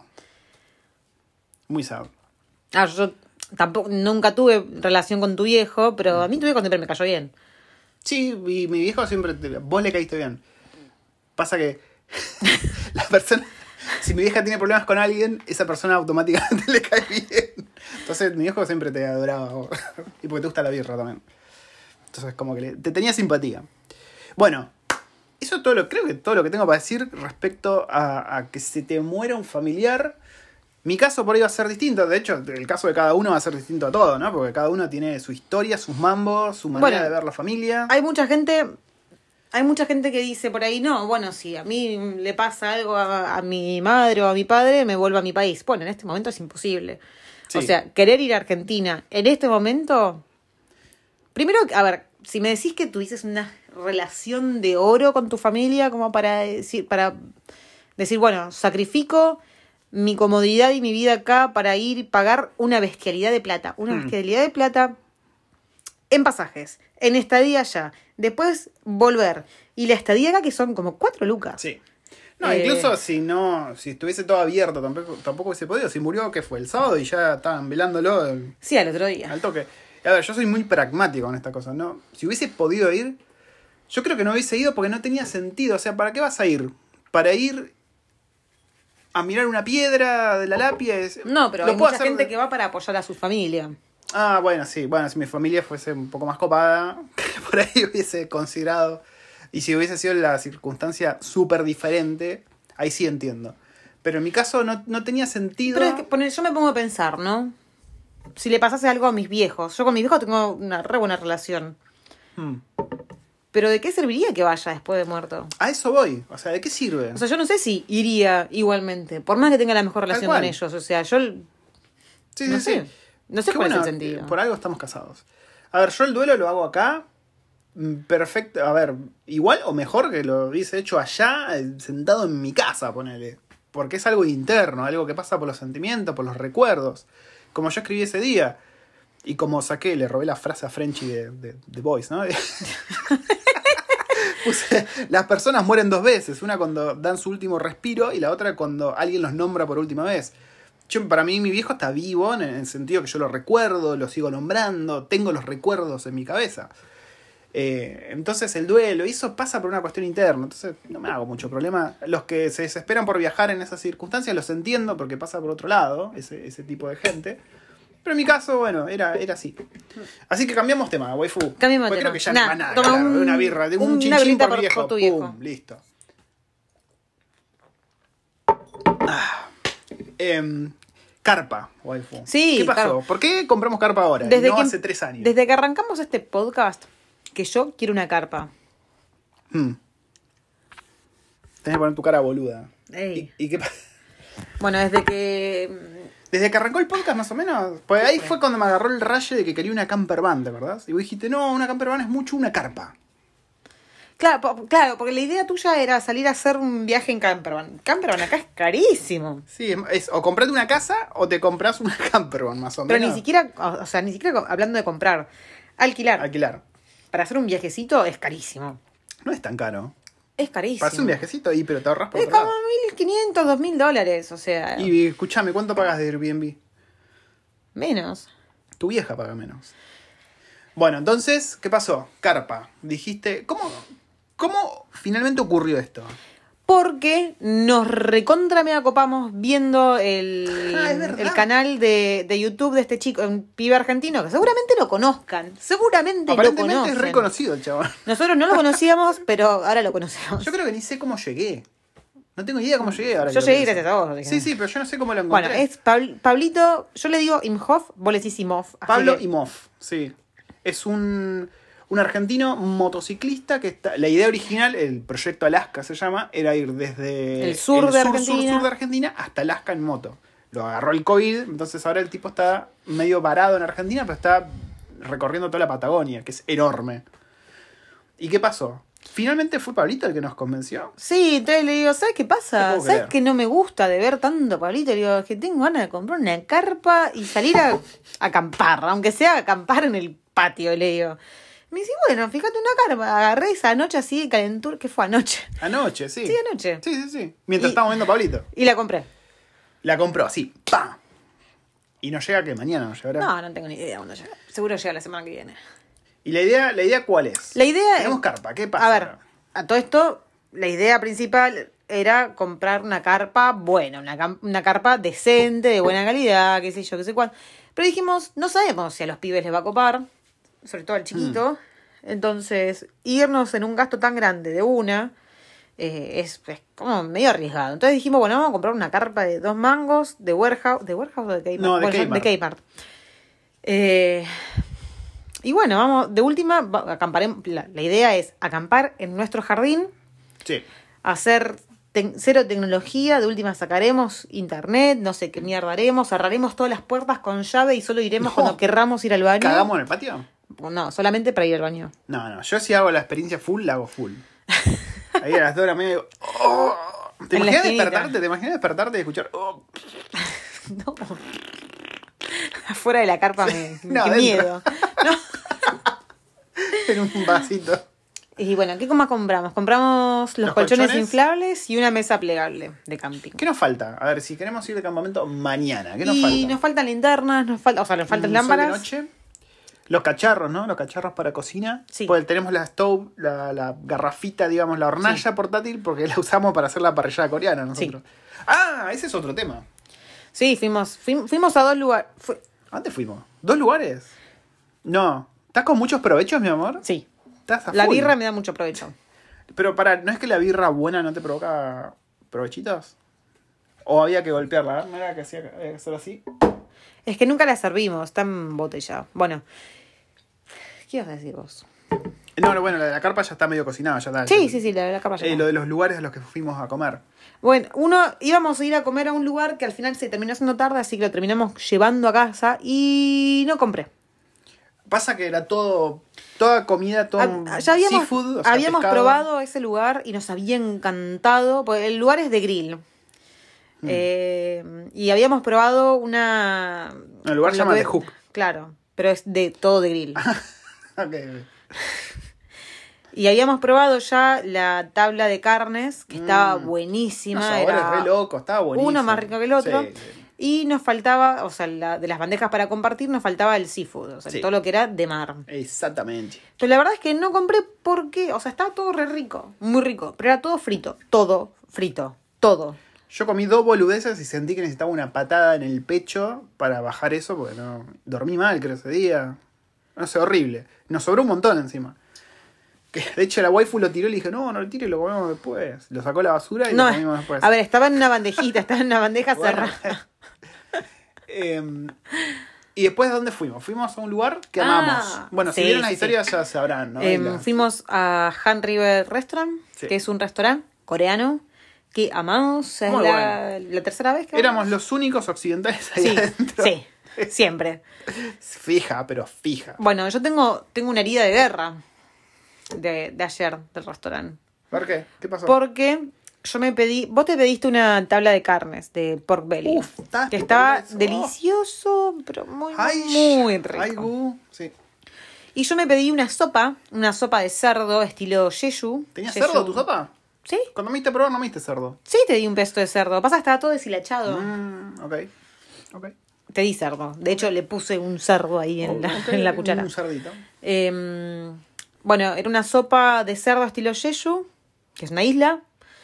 Muy sad. Yo tampoco, nunca tuve relación con tu viejo, pero a mí tu viejo siempre me cayó bien. Sí, y mi viejo siempre... Vos le caíste bien. Pasa que la persona... Si mi vieja tiene problemas con alguien, esa persona automáticamente le cae bien. Entonces mi viejo siempre te adoraba. Y porque te gusta la birra también. Entonces como que te tenía simpatía. Bueno, eso creo que todo lo que tengo para decir respecto a que se te muera un familiar. Mi caso por ahí va a ser distinto. De hecho, el caso de cada uno va a ser distinto a todo, ¿no? Porque cada uno tiene su historia, sus mambos, su manera de ver la familia. Hay mucha gente que dice por ahí, no, bueno, si a mí le pasa algo a mi madre o a mi padre, me vuelvo a mi país. Bueno, en este momento es imposible. Sí. O sea, querer ir a Argentina en este momento... Primero, a ver, si me decís que tuvieses una relación de oro con tu familia, como para decir, bueno, sacrifico mi comodidad y mi vida acá para ir y pagar una bestialidad de plata. Una bestialidad de plata en pasajes, en estadía allá. Después volver. Y la estadía acá que son como 4 lucas. Sí. No, incluso si estuviese todo abierto, tampoco hubiese podido. Si murió, ¿qué fue? El sábado y ya estaban velándolo. Sí, al otro día. Al toque. A ver, yo soy muy pragmático con esta cosa, ¿no? Si hubiese podido ir, yo creo que no hubiese ido porque no tenía sentido. O sea, ¿para qué vas a ir? ¿Para ir a mirar una piedra de la lápida? No, pero hay mucha gente que va para apoyar a su familia. Ah, bueno, sí. Bueno, si mi familia fuese un poco más copada, por ahí hubiese considerado. Y si hubiese sido la circunstancia súper diferente, ahí sí entiendo. Pero en mi caso no tenía sentido. Pero es que yo me pongo a pensar, ¿no? Si le pasase algo a mis viejos. Yo con mis viejos tengo una re buena relación. Pero ¿de qué serviría que vaya después de muerto? A eso voy. O sea, ¿de qué sirve? O sea, yo no sé si iría igualmente. Por más que tenga la mejor relación con ellos. O sea, yo... Sí. No sé cuál es el sentido. Por algo estamos casados. A ver, yo el duelo lo hago acá. perfecto. A ver, igual o mejor que lo hubiese hecho allá, sentado en mi casa, ponele. Porque es algo interno, algo que pasa por los sentimientos, por los recuerdos. Como yo escribí ese día. Y como saqué, le robé la frase a Frenchy de Boys, ¿no? Puse, las personas mueren 2 veces. Una cuando dan su último respiro y la otra cuando alguien los nombra por última vez. Para mí mi viejo está vivo en el sentido que yo lo recuerdo, lo sigo nombrando, tengo los recuerdos en mi cabeza. Entonces el duelo, y eso pasa por una cuestión interna. Entonces no me hago mucho problema. Los que se desesperan por viajar en esas circunstancias los entiendo porque pasa por otro lado, ese tipo de gente. Pero en mi caso, bueno, era así. Así que cambiamos tema, waifu. Cambiamos porque tema. creo que ya no va nada. Toma Claro, de una birra, de un chinchín por viejo. Por tu viejo. Pum, listo. Carpa, waifu. Sí, ¿qué pasó? claro. ¿Por qué compramos carpa ahora? Y no hace 3 años. Desde que arrancamos este podcast, que yo quiero una carpa. Tenés que poner tu cara boluda. Ey. ¿Y qué pasa? Bueno, Desde que arrancó el podcast, más o menos. Pues ahí fue cuando me agarró el rayo de que quería una camper van, ¿verdad? Y vos dijiste, no, una camper van es mucho una carpa. Claro, porque la idea tuya era salir a hacer un viaje en campervan. Campervan acá es carísimo. Sí, o comprate una casa o te compras una camper van, más o menos. Pero ni siquiera hablando de comprar. Alquilar. Para hacer un viajecito es carísimo. No es tan caro. Es carísimo. Para hacer un viajecito ahí, pero te ahorras por Es otro como lado. $1.500, $2.000, o sea. Y escuchame, ¿cuánto pagas de Airbnb? Menos. Tu vieja paga menos. Bueno, entonces, ¿qué pasó? Carpa. Dijiste, ¿cómo finalmente ocurrió esto? Porque nos recontra me acopamos viendo es verdad. el canal de YouTube de este chico, un pibe argentino, que seguramente lo conozcan. Seguramente lo Aparentemente conocen. es reconocido el chaval. Nosotros no lo conocíamos, pero ahora lo conocemos. Yo creo que ni sé cómo llegué. No tengo idea cómo llegué ahora. Yo llegué gracias a vos. Sí, pero yo no sé cómo lo encontré. Bueno, es Pablito, yo le digo Imhoff, vos le decís Imhoff. Pablo Imhoff, sí. Es un argentino motociclista que está. La idea original, el proyecto Alaska se llama, era ir desde el sur de Argentina hasta Alaska en moto. Lo agarró el COVID, entonces ahora el tipo está medio varado en Argentina, pero está recorriendo toda la Patagonia, que es enorme. ¿Y qué pasó? ¿Finalmente fue Pablito el que nos convenció? Sí, entonces le digo, ¿sabes qué pasa? puedo ¿Sabes creer. que no me gusta de ver tanto Pablito? Le digo, es que tengo ganas de comprar una carpa y salir a acampar, aunque sea acampar en el patio, le digo. Me dice, bueno, fíjate una carpa. Agarré esa noche así de calentura, que fue anoche. Anoche, sí. Sí, anoche. Sí. Mientras estábamos viendo a Pablito. Y la compré. La compró así, ¡pam! ¿Y nos llega que mañana nos llegará? No tengo ni idea cuándo llega. Seguro llega la semana que viene. ¿Y la idea cuál es? La idea Tenemos carpa, ¿qué pasa? A ver, a todo esto, la idea principal era comprar una carpa buena, una carpa decente, de buena calidad, qué sé yo, qué sé cuál. Pero dijimos, no sabemos si a los pibes les va a copar, sobre todo al chiquito. Entonces, irnos en un gasto tan grande de una es como medio arriesgado. Entonces dijimos, bueno, vamos a comprar una carpa de 2 mangos de Warehouse. ¿De Warehouse o de Kmart? No, de Bueno, Kmart. de Kmart. Y bueno, vamos, de última, acamparemos. La idea es acampar en nuestro jardín, Sí. hacer cero tecnología, de última sacaremos internet, no sé qué mierda haremos, cerraremos todas las puertas con llave y solo iremos No. cuando querramos ir al baño. ¿Cagamos en el patio? No, solamente para ir al baño. No, yo si hago la experiencia full, la hago full. Ahí a las 2 de la mañana digo, ¡oh! ¿Te En la imaginas esquinita. despertarte? ¿Te imaginas despertarte y escuchar, ¡oh! No. Afuera de la carpa me No, qué adentro. miedo. No. en un vasito? Y bueno, ¿qué más compramos? Compramos los colchones inflables y una mesa plegable de camping. ¿Qué nos falta? A ver, si queremos ir de campamento mañana, ¿qué nos y falta? nos faltan linternas, nos faltan Un sol de lámparas. noche. Los cacharros, ¿no? Los cacharros para cocina. Sí. Pues tenemos la stove, la garrafita, digamos, la hornalla portátil, porque la usamos para hacer la parrillada coreana nosotros. Sí. Ah, ese es otro tema. Sí, fuimos a 2 lugares. ¿A dónde fuimos? ¿2 lugares? No. ¿Estás con muchos provechos, mi amor? Sí. ¿Estás a La full? birra me da mucho provecho. Pero ¿no es que la birra buena no te provoca provechitos? ¿O había que golpearla? ¿No era que había que hacer así? Es que nunca la servimos, está embotellada. Bueno, ¿qué ibas a decir vos? No, bueno, la de la carpa ya está medio cocinada. Ya está, Sí, la capa ya. lo de los lugares a los que fuimos a comer. Bueno, íbamos a ir a comer a un lugar que al final se terminó haciendo tarde, así que lo terminamos llevando a casa y no compré. Pasa que era toda comida, todo Ya habíamos, seafood, o sea, habíamos pescado. probado ese lugar y nos había encantado, porque el lugar es de grill. Y habíamos probado El lugar se llama The Hook. Claro, pero es de todo de grill. Okay. Y habíamos probado ya la tabla de carnes, que estaba buenísima. Los sabores era re loco, estaba buenísimo. uno más rico que el otro. Sí, sí. Y nos faltaba, o sea, de las bandejas para compartir, nos faltaba el seafood, o sea, Sí. todo lo que era de mar. Exactamente. Pero la verdad es que no compré porque, o sea, estaba todo re rico, muy rico, pero era todo frito, todo frito, todo. Yo comí 2 boludeces y sentí que necesitaba una patada en el pecho para bajar eso, porque no dormí mal, creo, ese día. No sé, horrible. Nos sobró un montón encima. Que de hecho la waifu lo tiró y le dije, no lo tire, lo comemos después. Lo sacó a la basura y No, lo comimos después. a ver, estaba en una bandejita, estaba en una bandeja Bueno. cerrada. Y después, ¿de dónde fuimos? Fuimos a un lugar que amamos. Bueno, si sí, vieron la sí, historia ya sabrán, ¿no? Y la- Fuimos a Han River Restaurant, Sí. que es un restaurante coreano que amamos. Es Muy la tercera vez que Éramos vamos. los únicos occidentales ahí Sí, adentro. sí, siempre. Fija, pero fija. Bueno, yo tengo una herida de guerra de ayer del restaurante. ¿Por qué? ¿Qué pasó? Porque vos te pediste una tabla de carnes de pork belly. Uf, está que estaba eso. delicioso, pero muy rico. Ay, gu. Sí. Y yo me pedí una sopa de cerdo estilo Jeju. ¿Tenías Jeju. cerdo tu sopa? Sí, Cuando me diste a probar no me diste cerdo. sí te di un pedazo de cerdo. Pasa que estaba todo deshilachado. Ok. Te di cerdo. De hecho, le puse un cerdo ahí en Ok, en la cuchara. Un cerdito. Bueno, era una sopa de cerdo estilo Jeju, que es una isla.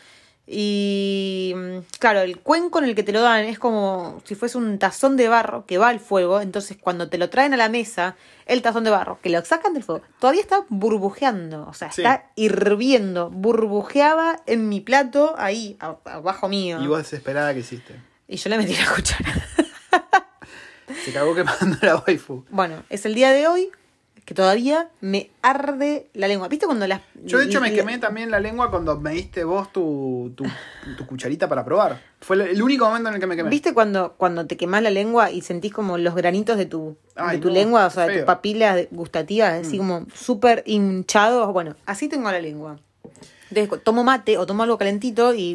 Y claro, el cuenco en el que te lo dan es como si fuese un tazón de barro que va al fuego. Entonces, cuando te lo traen a la mesa, el tazón de barro, que lo sacan del fuego, todavía está burbujeando. O sea, Sí. está hirviendo. Burbujeaba en mi plato, ahí, abajo mío. Y vos desesperada que hiciste. Y yo le metí la cuchara. Se cagó quemando la waifu. Bueno, es el día de hoy que todavía me arde la lengua. ¿Viste cuando las... Yo de hecho me quemé también la lengua cuando me diste vos tu cucharita para probar. Fue el único momento en el que me quemé. ¿Viste cuando te quemás la lengua y sentís como los granitos de tu Ay, no, lengua, o sea, de feo. tus papilas gustativas, así como súper hinchados? Bueno, así tengo la lengua. Entonces tomo mate o tomo algo calentito y...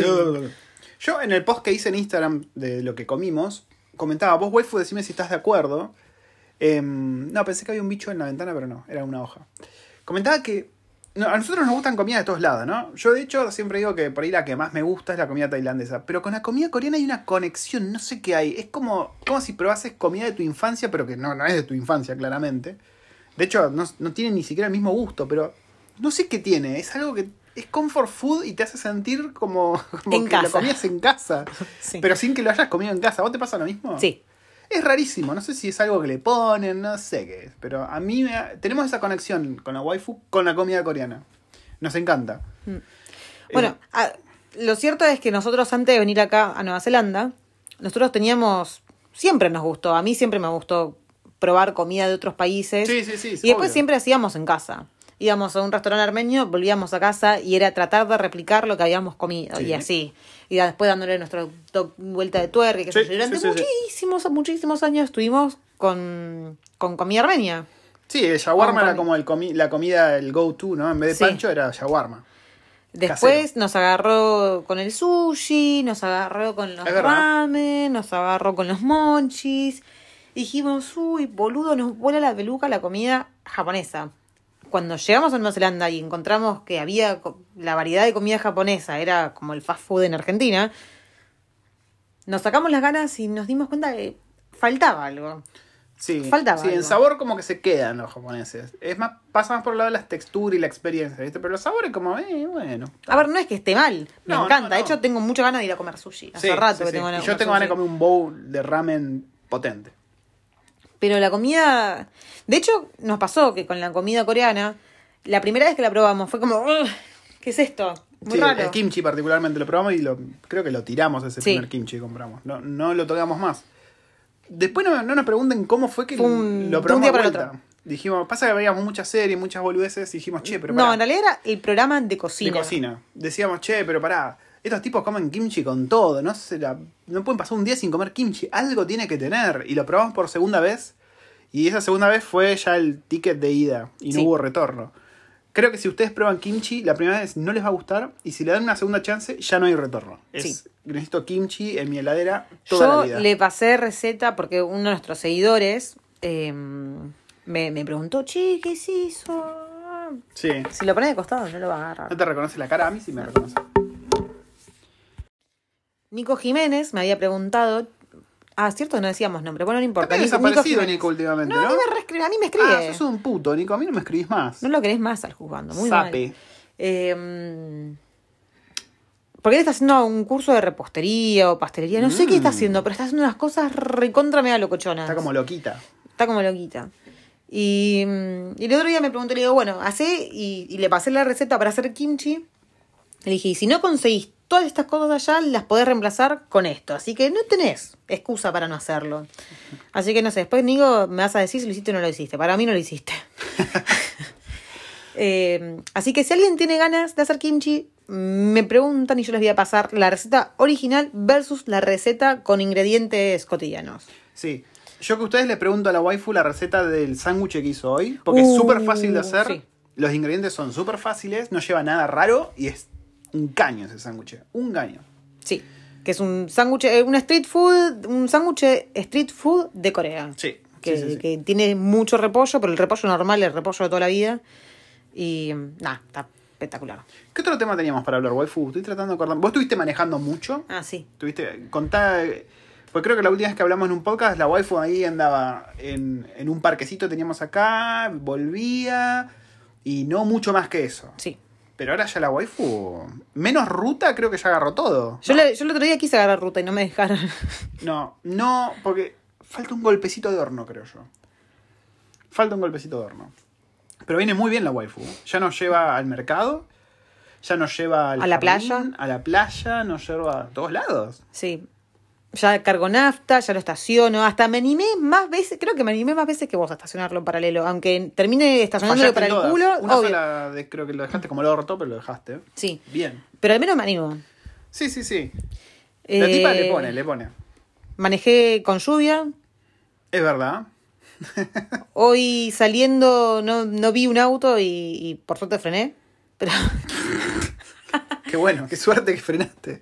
Yo en el post que hice en Instagram de lo que comimos, comentaba, vos waifu decime si estás de acuerdo. No, pensé que había un bicho en la ventana, pero no, era una hoja. Comentaba que a nosotros nos gustan comidas de todos lados, ¿no? Yo de hecho siempre digo que por ahí la que más me gusta es la comida tailandesa. Pero con la comida coreana hay una conexión, no sé qué hay. Es como si probases comida de tu infancia, pero que no es de tu infancia, claramente. De hecho, no tiene ni siquiera el mismo gusto, pero no sé qué tiene. Es algo que es comfort food y te hace sentir como En que casa. lo comías en casa. Sí. Pero sin que lo hayas comido en casa. ¿Vos te pasa lo mismo? Sí. Es rarísimo, no sé si es algo que le ponen, no sé qué es. Pero a mí tenemos esa conexión con la waifu, con la comida coreana. Nos encanta. Bueno, lo cierto es que nosotros antes de venir acá a Nueva Zelanda, nosotros siempre nos gustó, a mí siempre me gustó probar comida de otros países. Sí, Y después obvio. siempre hacíamos en casa. Íbamos a un restaurante armenio, volvíamos a casa y era tratar de replicar lo que habíamos comido. Sí. Y así. Y después dándole nuestra vuelta de tuerca. Y que Sí, durante sí, sí, muchísimos años estuvimos con comida armenia. Sí, el shawarma Vamos, era como la comida, el go-to, ¿no? En vez de Sí. pancho era shawarma. Después Casero. nos agarró con el sushi, nos agarró con los Es verdad. ramen, nos agarró con los monchis. Y dijimos, uy, boludo, nos vuela la peluca la comida japonesa. Cuando llegamos a Nueva Zelanda y encontramos que había la variedad de comida japonesa, era como el fast food en Argentina, nos sacamos las ganas y nos dimos cuenta que faltaba algo. Sí, Faltaba sí, en algo. sabor como que se quedan los japoneses. Es más, pasa más por el lado de las texturas y la experiencia, ¿viste? Pero los sabores como, bueno. A ver, no es que esté mal, me No, encanta. no. De hecho, tengo muchas ganas de ir a comer sushi. Hace Sí, rato sí, que sí. tengo ganas Y de yo tengo ganas de sushi. comer un bowl de ramen potente. Pero la comida... De hecho, nos pasó que con la comida coreana, la primera vez que la probamos fue como... "Ugh, ¿qué es esto? Muy Sí, raro". el kimchi particularmente lo probamos y creo que lo tiramos ese Sí. primer kimchi que compramos. No lo tocamos más. Después no nos pregunten cómo fue que Fue lo de un probamos día de para el vuelta. otro. Dijimos, pasa que veíamos muchas series, muchas boludeces y dijimos, che, pero No, pará, en realidad era el programa de de cocina. cocina. Decíamos, che, pero pará, estos tipos comen kimchi con todo, no pueden pasar un día sin comer kimchi, algo tiene que tener. Y lo probamos por segunda vez Y esa segunda vez fue ya el ticket de ida y no Sí. hubo retorno. Creo que si ustedes prueban kimchi, la primera vez no les va a gustar y si le dan una segunda chance, ya no hay retorno. Sí. Necesito kimchi en mi heladera toda la Yo vida. le pasé receta porque uno de nuestros seguidores me preguntó, che, ¿qué es eso? Sí. Si lo pones de costado no lo va a ¿No agarrar. te reconoce la cara? A mí sí me reconoce. Nico Jiménez me había preguntado... Ah, cierto que no decíamos nombre. Bueno, no importa. Está desaparecido Jiménez. Nico últimamente, No, ¿no? a mí me escribe. Ah, sos un puto, Nico. A mí no me escribís más. No lo querés más al juzgando. Muy Sape. mal. Porque él está haciendo un curso de repostería o pastelería. No sé qué está haciendo, pero está haciendo unas cosas recontra mega locochonas. Está como loquita. Está como loquita. Y el otro día me preguntó, le digo, bueno, hacé y le pasé la receta para hacer kimchi. Le dije, y si no conseguís todas estas cosas allá, las podés reemplazar con esto. Así que no tenés excusa para no hacerlo. Así que no sé, después Nico me vas a decir si lo hiciste o no lo hiciste. Para mí no lo hiciste. Así que si alguien tiene ganas de hacer kimchi, me preguntan y yo les voy a pasar la receta original versus la receta con ingredientes cotidianos. Sí. Yo que a ustedes les pregunto a la waifu la receta del sándwich que hizo hoy, porque es súper fácil de hacer. Sí. Los ingredientes son súper fáciles, no lleva nada raro y es un caño ese sándwich. Un caño. Sí, que es un sándwich, un street food, un sándwich street food de Corea. Sí. Que, sí. que tiene mucho repollo, pero el repollo normal, el repollo de toda la vida. Y nada, está espectacular. ¿Qué otro tema teníamos para hablar, waifu? Estoy tratando de acordar. ¿Vos estuviste manejando mucho? Ah, sí. Contá. Pues creo que la última vez que hablamos en un podcast, la waifu ahí andaba en un parquecito teníamos acá, volvía y no mucho más que eso. Sí. Pero ahora ya la waifu, menos ruta, creo que ya agarró todo. Yo el otro día quise agarrar ruta y no me dejaron. No, porque falta un golpecito de horno, creo yo. Falta un golpecito de horno. Pero viene muy bien la waifu. Ya nos lleva al mercado, ya nos lleva A la playa. a la playa, nos lleva a todos lados. Sí. Ya cargo nafta, ya lo estaciono. Hasta me animé más veces, creo que me animé más veces que vos a estacionarlo en paralelo. Aunque termine estacionándolo Fallaste para en el todas. culo. Una obvio. sola creo que lo dejaste como el orto, pero lo dejaste. Sí. Bien. Pero al menos me animo. Sí. La tipa le pone. Manejé con lluvia. Es verdad. Hoy saliendo no vi un auto y por suerte frené. Pero Qué bueno, qué suerte que frenaste.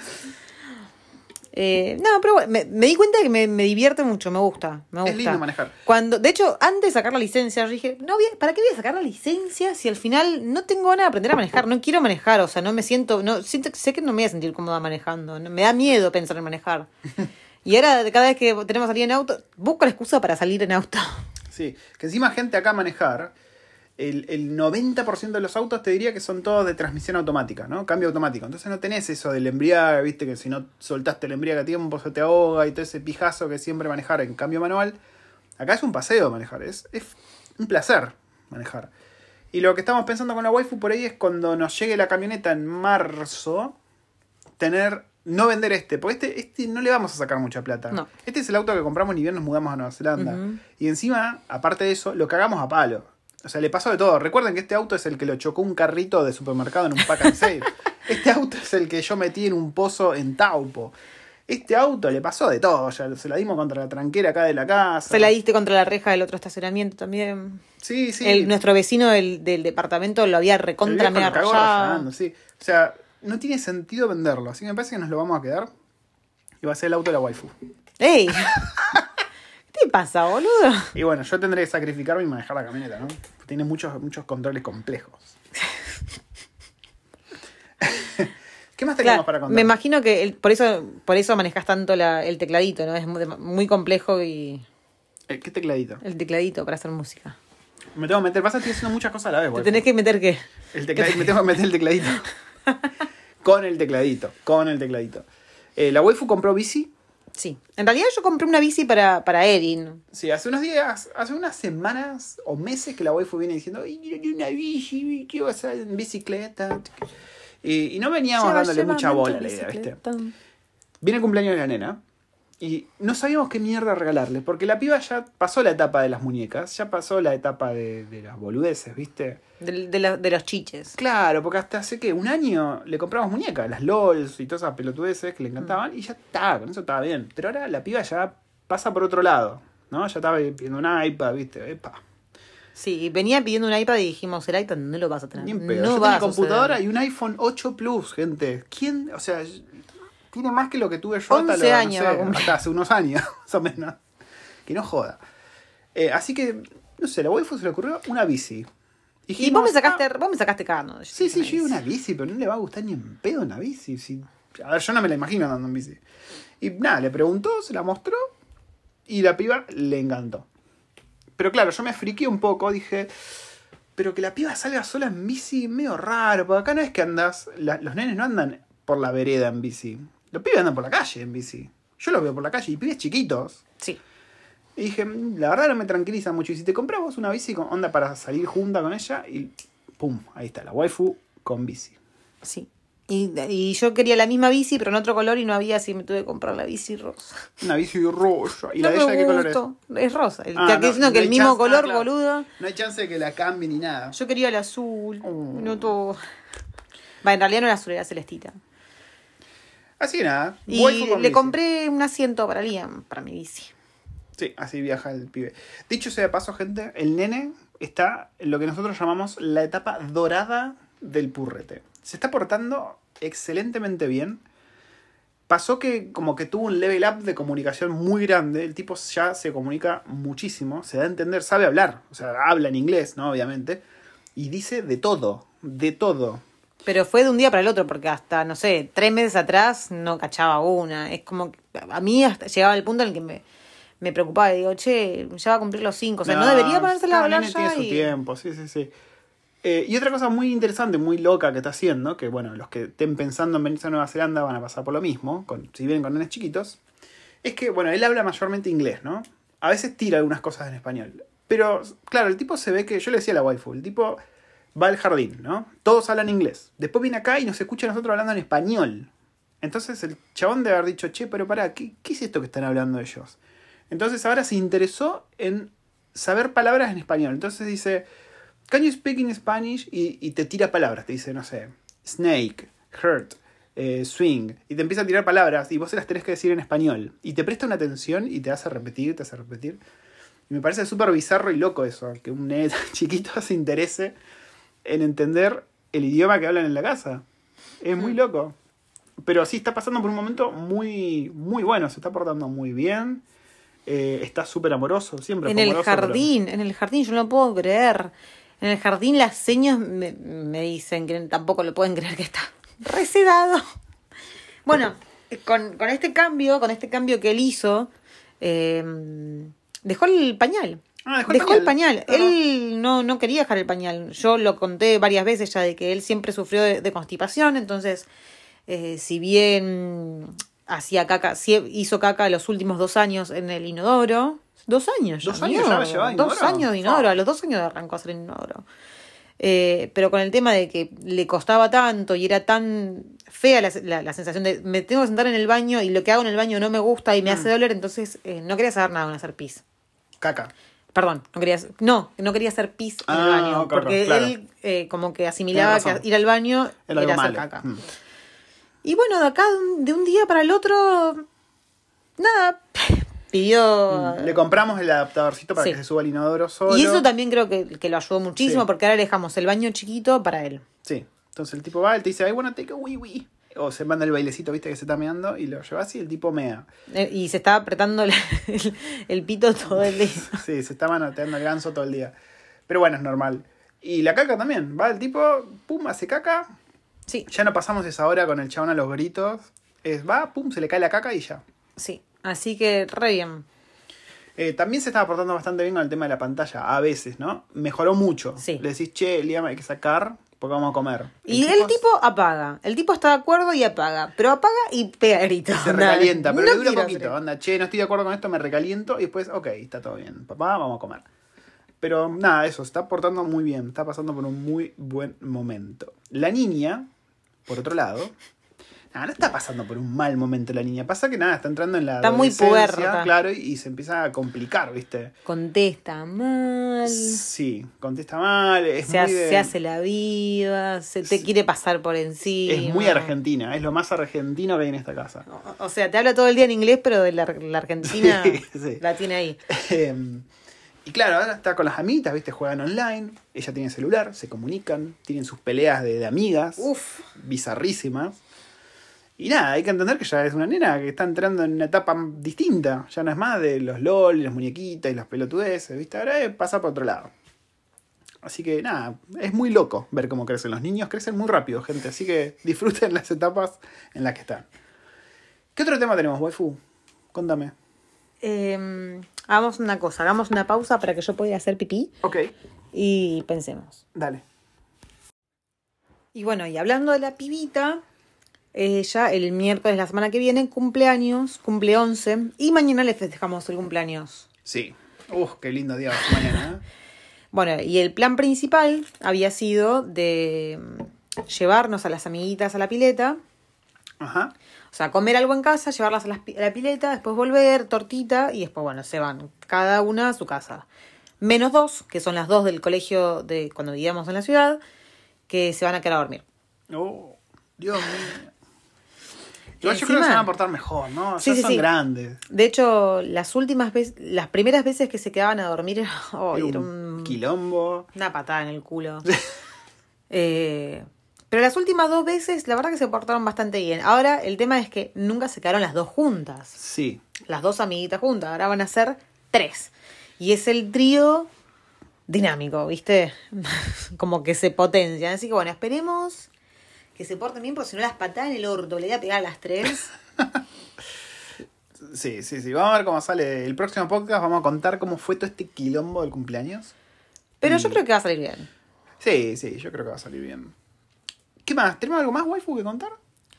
no, pero bueno, me di cuenta que me divierte mucho, me gusta. Es lindo manejar. De hecho, antes de sacar la licencia, yo dije, ¿para qué voy a sacar la licencia si al final no tengo ganas de aprender a manejar? No quiero manejar, o sea, sé que no me voy a sentir cómoda manejando. Me da miedo pensar en manejar. Y ahora, cada vez que tenemos que salir en auto, busco la excusa para salir en auto. Sí, que encima gente acá a manejar, el 90% de los autos te diría que son todos de transmisión automática, ¿no? Cambio automático. Entonces no tenés eso del embriague, viste, que si no soltaste el embriague a tiempo se te ahoga y todo ese pijazo que siempre manejar en cambio manual. Acá es un paseo manejar, es un placer manejar. Y lo que estamos pensando con la waifu por ahí es cuando nos llegue la camioneta en marzo, no vender porque este no le vamos a sacar mucha plata. No. Este es el auto que compramos ni bien nos mudamos a Nueva Zelanda. Uh-huh. Y encima, aparte de eso, lo cagamos a palo. O sea, le pasó de todo. Recuerden que este auto es el que lo chocó un carrito de supermercado en un pack and save. Este auto es el que yo metí en un pozo en Taupo. Este auto le pasó de todo. Ya se la dimos contra la tranquera acá de la casa. Se la diste contra la reja del otro estacionamiento también. Sí, sí. Nuestro vecino del departamento lo había recontra El viejo mega lo cagó rayado. rayando, sí. O sea, no tiene sentido venderlo. Así que me parece que nos lo vamos a quedar. Y va a ser el auto de la waifu. ¡Ey! ¿Qué te pasa, boludo? Y bueno, yo tendré que sacrificarme y manejar la camioneta, ¿no? Tiene muchos controles complejos. ¿Qué más teníamos para contar? Me imagino que por eso manejas tanto el tecladito, ¿no? Es muy complejo y ¿Qué tecladito? el tecladito para hacer música. Me tengo que meter. Pasa que estoy haciendo muchas cosas a la vez, ¿Te waifu. tenés que meter qué? Me tengo que meter el tecladito. Con el tecladito. La waifu compró bici. Sí. En realidad yo compré una bici para Erin. Sí, hace unas semanas o meses que la waifu viene diciendo, "Ay, quiero una bici, quiero hacer en bicicleta." Y no veníamos dándole mucha bola a la idea, ¿viste? Viene el cumpleaños de la nena y no sabíamos qué mierda regalarle, porque la piba ya pasó la etapa de las muñecas, ya pasó la etapa de las boludeces, ¿viste? De los chiches. Claro, porque hasta hace un año le compramos muñecas, las LOLs y todas esas pelotudeces que le encantaban, y ya está, con eso estaba bien. Pero ahora la piba ya pasa por otro lado. ¿no? Ya estaba pidiendo un iPad, ¿viste? Epa. Sí, venía pidiendo un iPad y dijimos, el iPad no lo vas a tener. Ni en pedo. No Yo va tengo a computadora suceder. y un iPhone 8 Plus, gente. ¿Quién? O sea, tiene más que lo que tuve yo 11 años va a cumplir. hasta hace unos años, más o menos. Que no joda. Así que, no sé, la waifu se le ocurrió una bici. Y Dijimos, vos me sacaste cagando. sí, yo iba una bici, pero no le va a gustar ni en pedo una bici. A ver, yo no me la imagino andando en bici. Y nada, le preguntó, se la mostró y la piba le encantó. Pero claro, yo me friqué un poco, dije, pero que la piba salga sola en bici, medio raro, porque acá no es que andas, los nenes no andan por la vereda en bici. Los pibes andan por la calle en bici. Yo los veo por la calle y pibes chiquitos. Sí. Y dije, la verdad no me tranquiliza mucho. Y si te compramos una bici con onda para salir junta con ella, y pum, ahí está, la waifu con bici. Sí. Y yo quería la misma bici, pero en otro color y no había, así me tuve que comprar la bici rosa. Una bici rosa. ¿Y No la de ella me qué color es? gustó. Es rosa. Ah, que no que el hay mismo chance- color, claro. boludo. No hay chance de que la cambie ni nada. Yo quería el azul. Oh. No todo. Va, en realidad no era azul, era celestita. Así que nada. Y waifu con le bici. compré un asiento para Liam, para mi bici. Sí, así viaja el pibe. Dicho sea de paso, gente, el nene está en lo que nosotros llamamos la etapa dorada del purrete. Se está portando excelentemente bien. Pasó que como que tuvo un level up de comunicación muy grande. El tipo ya se comunica muchísimo, se da a entender, sabe hablar. O sea, habla en inglés, ¿no? Obviamente. Y dice de todo, de todo. Pero fue de un día para el otro, porque hasta, no sé, 3 meses atrás no cachaba una. Es como que a mí hasta llegaba el punto en el que me preocupaba. Y digo, che, ya va a cumplir los 5. O sea, no debería ponérsela a cada hablar nene ya. tiene su tiempo, sí. Y otra cosa muy interesante, muy loca que está haciendo, que bueno, los que estén pensando en venirse a Nueva Zelanda van a pasar por lo mismo, si vienen con nenes chiquitos, es que, bueno, él habla mayormente inglés, ¿no? A veces tira algunas cosas en español. Pero, claro, el tipo se ve que, yo le decía a la waifu, el tipo va al jardín, ¿no? Todos hablan inglés. Después viene acá y nos escucha a nosotros hablando en español. Entonces el chabón debe haber dicho, che, pero pará, ¿qué es esto que están hablando ellos? Entonces ahora se interesó en saber palabras en español. Entonces dice, can you speak in Spanish? Y te tira palabras. Te dice, no sé, snake, hurt, swing. Y te empieza a tirar palabras y vos se las tenés que decir en español. Y te presta una atención y te hace repetir, Y me parece súper bizarro y loco eso, que un nene tan chiquito se interese en entender el idioma que hablan en la casa. Es muy loco. Pero sí, está pasando por un momento muy, muy bueno. Se está portando muy bien. Está súper amoroso, siempre En fue el amoroso, jardín, yo no puedo creer. En el jardín las señas me dicen que tampoco lo pueden creer que está resedado. Bueno, con este cambio que él hizo, dejó el pañal. Dejó el pañal. Claro. Él no quería dejar el pañal. Yo lo conté varias veces ya de que él siempre sufrió de constipación, entonces, si bien hacía caca, hizo caca los últimos 2 años en el inodoro. 2 años. 2 años ya llevaba inodoro. 2 años de inodoro. A los 2 años arrancó a hacer el inodoro. Pero con el tema de que le costaba tanto y era tan fea la sensación de me tengo que sentar en el baño y lo que hago en el baño no me gusta y me hace doler, entonces no quería saber nada con hacer pis. Caca. Perdón, no quería hacer pis en el baño. Claro, porque claro. él como que asimilaba Tenés razón. que ir al baño Era era algo hacer malo. caca. Y bueno, de acá, de un día para el otro, nada, pidió... Le compramos el adaptadorcito para Sí. que se suba al inodoro solo. Y eso también creo que lo ayudó muchísimo, Sí. porque ahora le dejamos el baño chiquito para él. Sí. Entonces el tipo va, él te dice, I wanna take a wee wee. O se manda el bailecito, viste, que se está meando, y lo llevas y el tipo mea. Y se estaba apretando el pito todo el día. Sí, se está manoteando el ganso todo el día. Pero bueno, es normal. Y la caca también. Va el tipo, pum, hace caca. Sí, Ya no pasamos esa hora con el chabón a los gritos. Va, pum, se le cae la caca y ya. sí. Así que re bien. También se estaba portando bastante bien con el tema de la pantalla. A veces, ¿no? Mejoró mucho. Sí. Le decís, che, Liam, hay que sacar porque vamos a comer. Y el tipo apaga. El tipo está de acuerdo y apaga. Pero apaga y pega gritos. se recalienta, pero No le dura quiero poquito. hacer- Anda, che, no estoy de acuerdo con esto, me recaliento. Y después, ok, está todo bien. Papá, vamos a comer. Pero nada, eso, se está portando muy bien. Está pasando por un muy buen momento. La niña, por otro lado, No está pasando por un mal momento la niña. Pasa que nada, está entrando en la Está muy adolescencia, puberta. claro, y se empieza a complicar, ¿viste? Contesta mal. Sí, contesta mal, Se hace la viva, se te quiere pasar por encima. es muy argentina, es lo más argentino que hay en esta casa. O sea, te habla todo el día en inglés, pero de la Argentina Sí. la tiene ahí. Y claro, ahora está con las amitas, ¿viste? Juegan online, ella tiene celular, se comunican, tienen sus peleas de amigas, Uf. bizarrísimas. Y nada, hay que entender que ya es una nena que está entrando en una etapa distinta. Ya no es más de los LOL y las muñequitas y las pelotudeces, ¿viste? Ahora pasa por otro lado. Así que nada, es muy loco ver cómo crecen los niños. Crecen muy rápido, gente. Así que disfruten las etapas en las que están. ¿Qué otro tema tenemos, waifu? Contame. Hagamos una cosa, hagamos una pausa para que yo pueda hacer pipí Ok, y pensemos. dale. Y bueno, y hablando de la pibita, ella el miércoles de la semana que viene cumple 11 y mañana le festejamos el cumpleaños. Sí. Qué lindo día mañana, ¿eh? Bueno, y el plan principal había sido de llevarnos a las amiguitas a la pileta. Ajá. O sea, comer algo en casa, llevarlas a la pileta, después volver, tortita, y después, bueno, se van cada una a su casa. Menos 2, que son las 2 del colegio de cuando vivíamos en la ciudad, que se van a quedar a dormir. Oh, Dios mío. Yo Encima- creo que se van a portar mejor, ¿no? Sí, Ya sí, son sí. grandes. De hecho, las primeras veces que se quedaban a dormir, era Quilombo. una patada en el culo. Pero las últimas 2 veces, la verdad que se portaron bastante bien. Ahora, el tema es que nunca se quedaron las 2 juntas. Sí. Las 2 amiguitas juntas. Ahora van a ser 3. Y es el trío dinámico, ¿viste? Como que se potencian. Así que bueno, esperemos que se porten bien, porque si no las patadas en el orto le voy a pegar a las 3. Sí. Vamos a ver cómo sale el próximo podcast. Vamos a contar cómo fue todo este quilombo del cumpleaños. Pero yo creo que va a salir bien. Sí, yo creo que va a salir bien. ¿Qué más? ¿Tenemos algo más, waifu, que contar?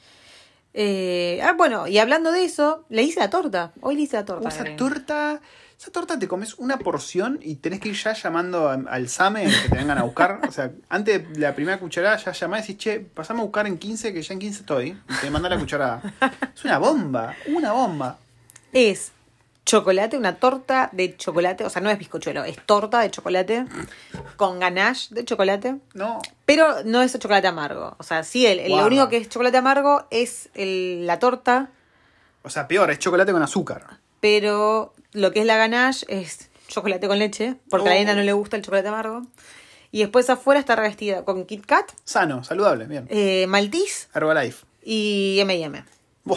Bueno, y hablando de eso, le hice la torta. Hoy le hice la torta. Esa Karen. torta te comes una porción y tenés que ir ya llamando al SAME que te vengan a buscar. O sea, antes de la primera cucharada ya llamás y decís, che, pasame a buscar en 15, que ya en 15 estoy. Y te mandan la cucharada. Es una bomba. Es chocolate, una torta de chocolate. O sea, no es bizcochuelo, es torta de chocolate con ganache de chocolate. No. Pero no es chocolate amargo. O sea, sí, lo Guarda. único que es chocolate amargo es la torta. O sea, peor, es chocolate con azúcar. Pero lo que es la ganache es chocolate con leche. Porque a la nena no le gusta el chocolate amargo. Y después afuera está revestida con Kit Kat, Sano, saludable, bien. Maltese Herbalife. y M&M. Buah.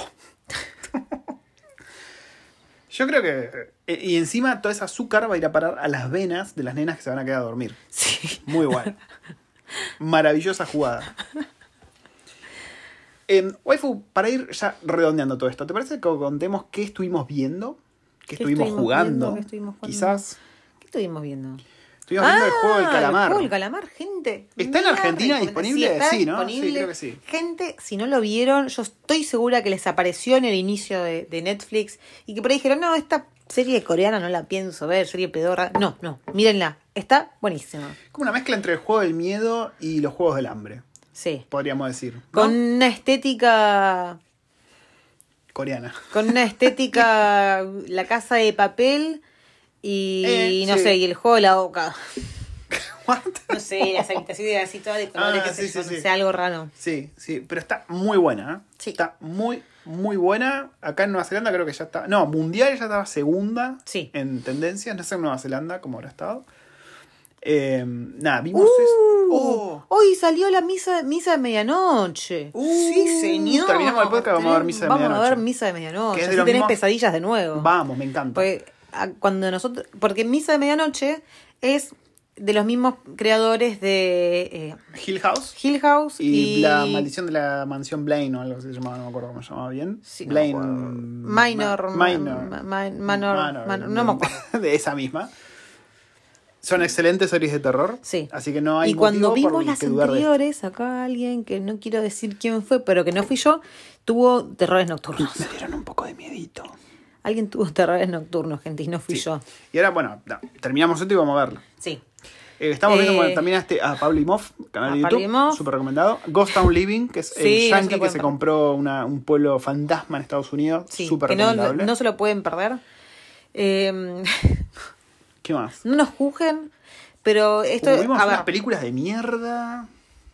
Yo creo que... y encima toda esa azúcar va a ir a parar a las venas de las nenas que se van a quedar a dormir. Sí. Muy bueno. Maravillosa jugada. Waifu, para ir ya redondeando todo esto, ¿te parece que contemos qué estuvimos viendo? ¿Qué estuvimos jugando? ¿Qué estuvimos jugando? Quizás. ¿Qué estuvimos viendo? Estuvimos viendo el juego del calamar. El juego del calamar, gente. ¿Está en Argentina disponible? está Sí, ¿no? disponible. Sí, creo que sí. Gente, si no lo vieron, yo estoy segura que les apareció en el inicio de Netflix y que por ahí dijeron, no, esta serie coreana no la pienso ver, serie pedorra. No, mírenla. Está buenísima. Como una mezcla entre el juego del miedo y los juegos del hambre, Sí. podríamos decir, ¿no? Con una estética... Coreana. Con una estética... La Casa de Papel y no sí. sé, y el juego de la boca. What? No sé, las habitaciones así todas de colores, Ah, qué sé sí, yo, sí, no sí. sé, algo raro. Sí, pero está muy buena, ¿eh? Sí. Está muy buena. Acá en Nueva Zelanda creo que ya está... No, Mundial ya estaba segunda Sí. en tendencias. No sé en Nueva Zelanda cómo habrá estado. Nada, vimos eso. Oh. Hoy salió la misa de medianoche. Sí, señor. Terminamos el podcast, vamos a ver misa de medianoche. Vamos a ver misa de medianoche. Que es de Así los tenés mismos- pesadillas de nuevo. Vamos, me encanta. Porque misa de medianoche es de los mismos creadores de Hill House Hill House y La Maldición de la Mansión Blaine o algo así se llamaba, no me acuerdo cómo se llamaba bien. Sí, no Blaine... me acuerdo. Manor, no me acuerdo. De esa misma. Son excelentes series de terror. Sí. Así que no hay Y cuando motivo por vimos las que dudar de esto. anteriores, acá alguien que no quiero decir quién fue, pero que no fui yo, tuvo terrores nocturnos. Me dieron un poco de miedito. Alguien tuvo terrores nocturnos, gente, y no fui Sí. yo. Y ahora, bueno, terminamos esto y vamos a verlo. Sí. Estamos viendo también a Pablo Imhoff, canal de YouTube, súper recomendado. Ghost Town Living, que es el yankee que se compró un pueblo fantasma en Estados Unidos, súper recomendable. No se lo pueden perder. ¿Qué más? No nos juzguen, pero esto... Vimos unas películas de mierda...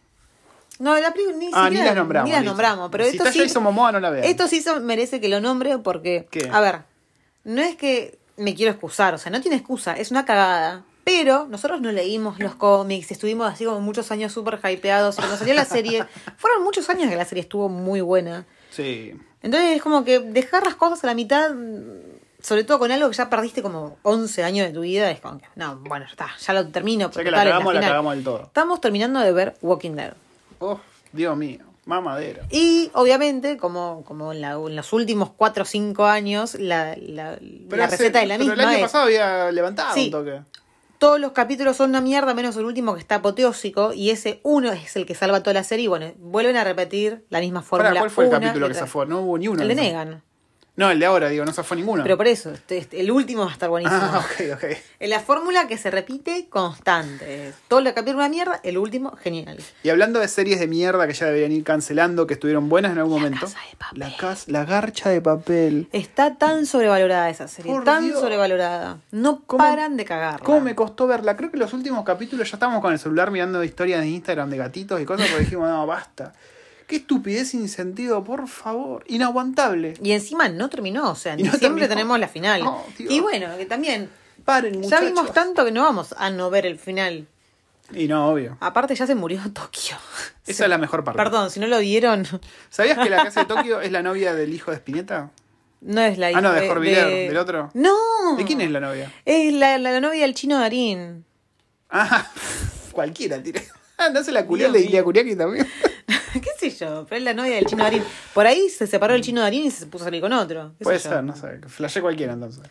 No, la película ni las nombramos. Ni las nombramos, pero si esto está sí... Jason Momoa, no la vean. Esto sí merece que lo nombre porque... ¿Qué? A ver, no es que me quiero excusar, o sea, no tiene excusa, es una cagada. Pero nosotros no leímos los cómics, estuvimos así como muchos años súper hypeados. Y cuando salió la serie, fueron muchos años que la serie estuvo muy buena. Sí. Entonces es como que dejar las cosas a la mitad, sobre todo con algo que ya perdiste como 11 años de tu vida, es como que, no, bueno, ya lo termino. O sea que la cagamos del todo. Estamos terminando de ver Walking Dead. Oh, Dios mío, mamadera. Y obviamente, como en los últimos 4 o 5 años, la receta es la misma. Pero el año pasado había levantado un toque. Todos los capítulos son una mierda, menos el último que está apoteósico, y ese uno es el que salva toda la serie. Y bueno, vuelven a repetir la misma fórmula. ¿Cuál fue el capítulo que zafó? No hubo ni uno. El de Negan. No, el de ahora, digo, no zafó ninguno. Pero por eso, el último va a estar buenísimo. Ok. Es la fórmula que se repite constante. Todo el capítulo una mierda, el último, genial. Y hablando de series de mierda que ya deberían ir cancelando, que estuvieron buenas en algún momento. Casa de Papel. La Garcha de Papel. Está tan sobrevalorada esa serie, Por tan Dios. sobrevalorada. No paran de cagarla. ¿Cómo me costó verla? Creo que los últimos capítulos ya estábamos con el celular mirando historias de Instagram de gatitos y cosas, porque dijimos, no, basta. Qué estupidez sin sentido, por favor. Inaguantable. Y encima no terminó, o sea, en Y no diciembre terminó. tenemos la final. Oh, Dios. Y bueno, que también Paren, ya muchachos. vimos tanto que no vamos a no ver el final. Y no, obvio. Aparte ya se murió Tokio. Esa es la mejor parte. Perdón, si no lo vieron, ¿Sabías que la casa de Tokio es la novia del hijo de Spinetta? no es la hija no, de Jorviller, del otro. No. ¿De quién es la novia? Es la novia del chino Darín. Ah, cualquiera, tira. ¿No se la culió Dios de mío. Ilia Kuriaki también? ¿Qué sé yo? Pero es la novia del chino Darín. Por ahí se separó el chino Darín y se puso a salir con otro. ¿Qué Puede sé yo? ser, no sé. Flashé cualquiera entonces.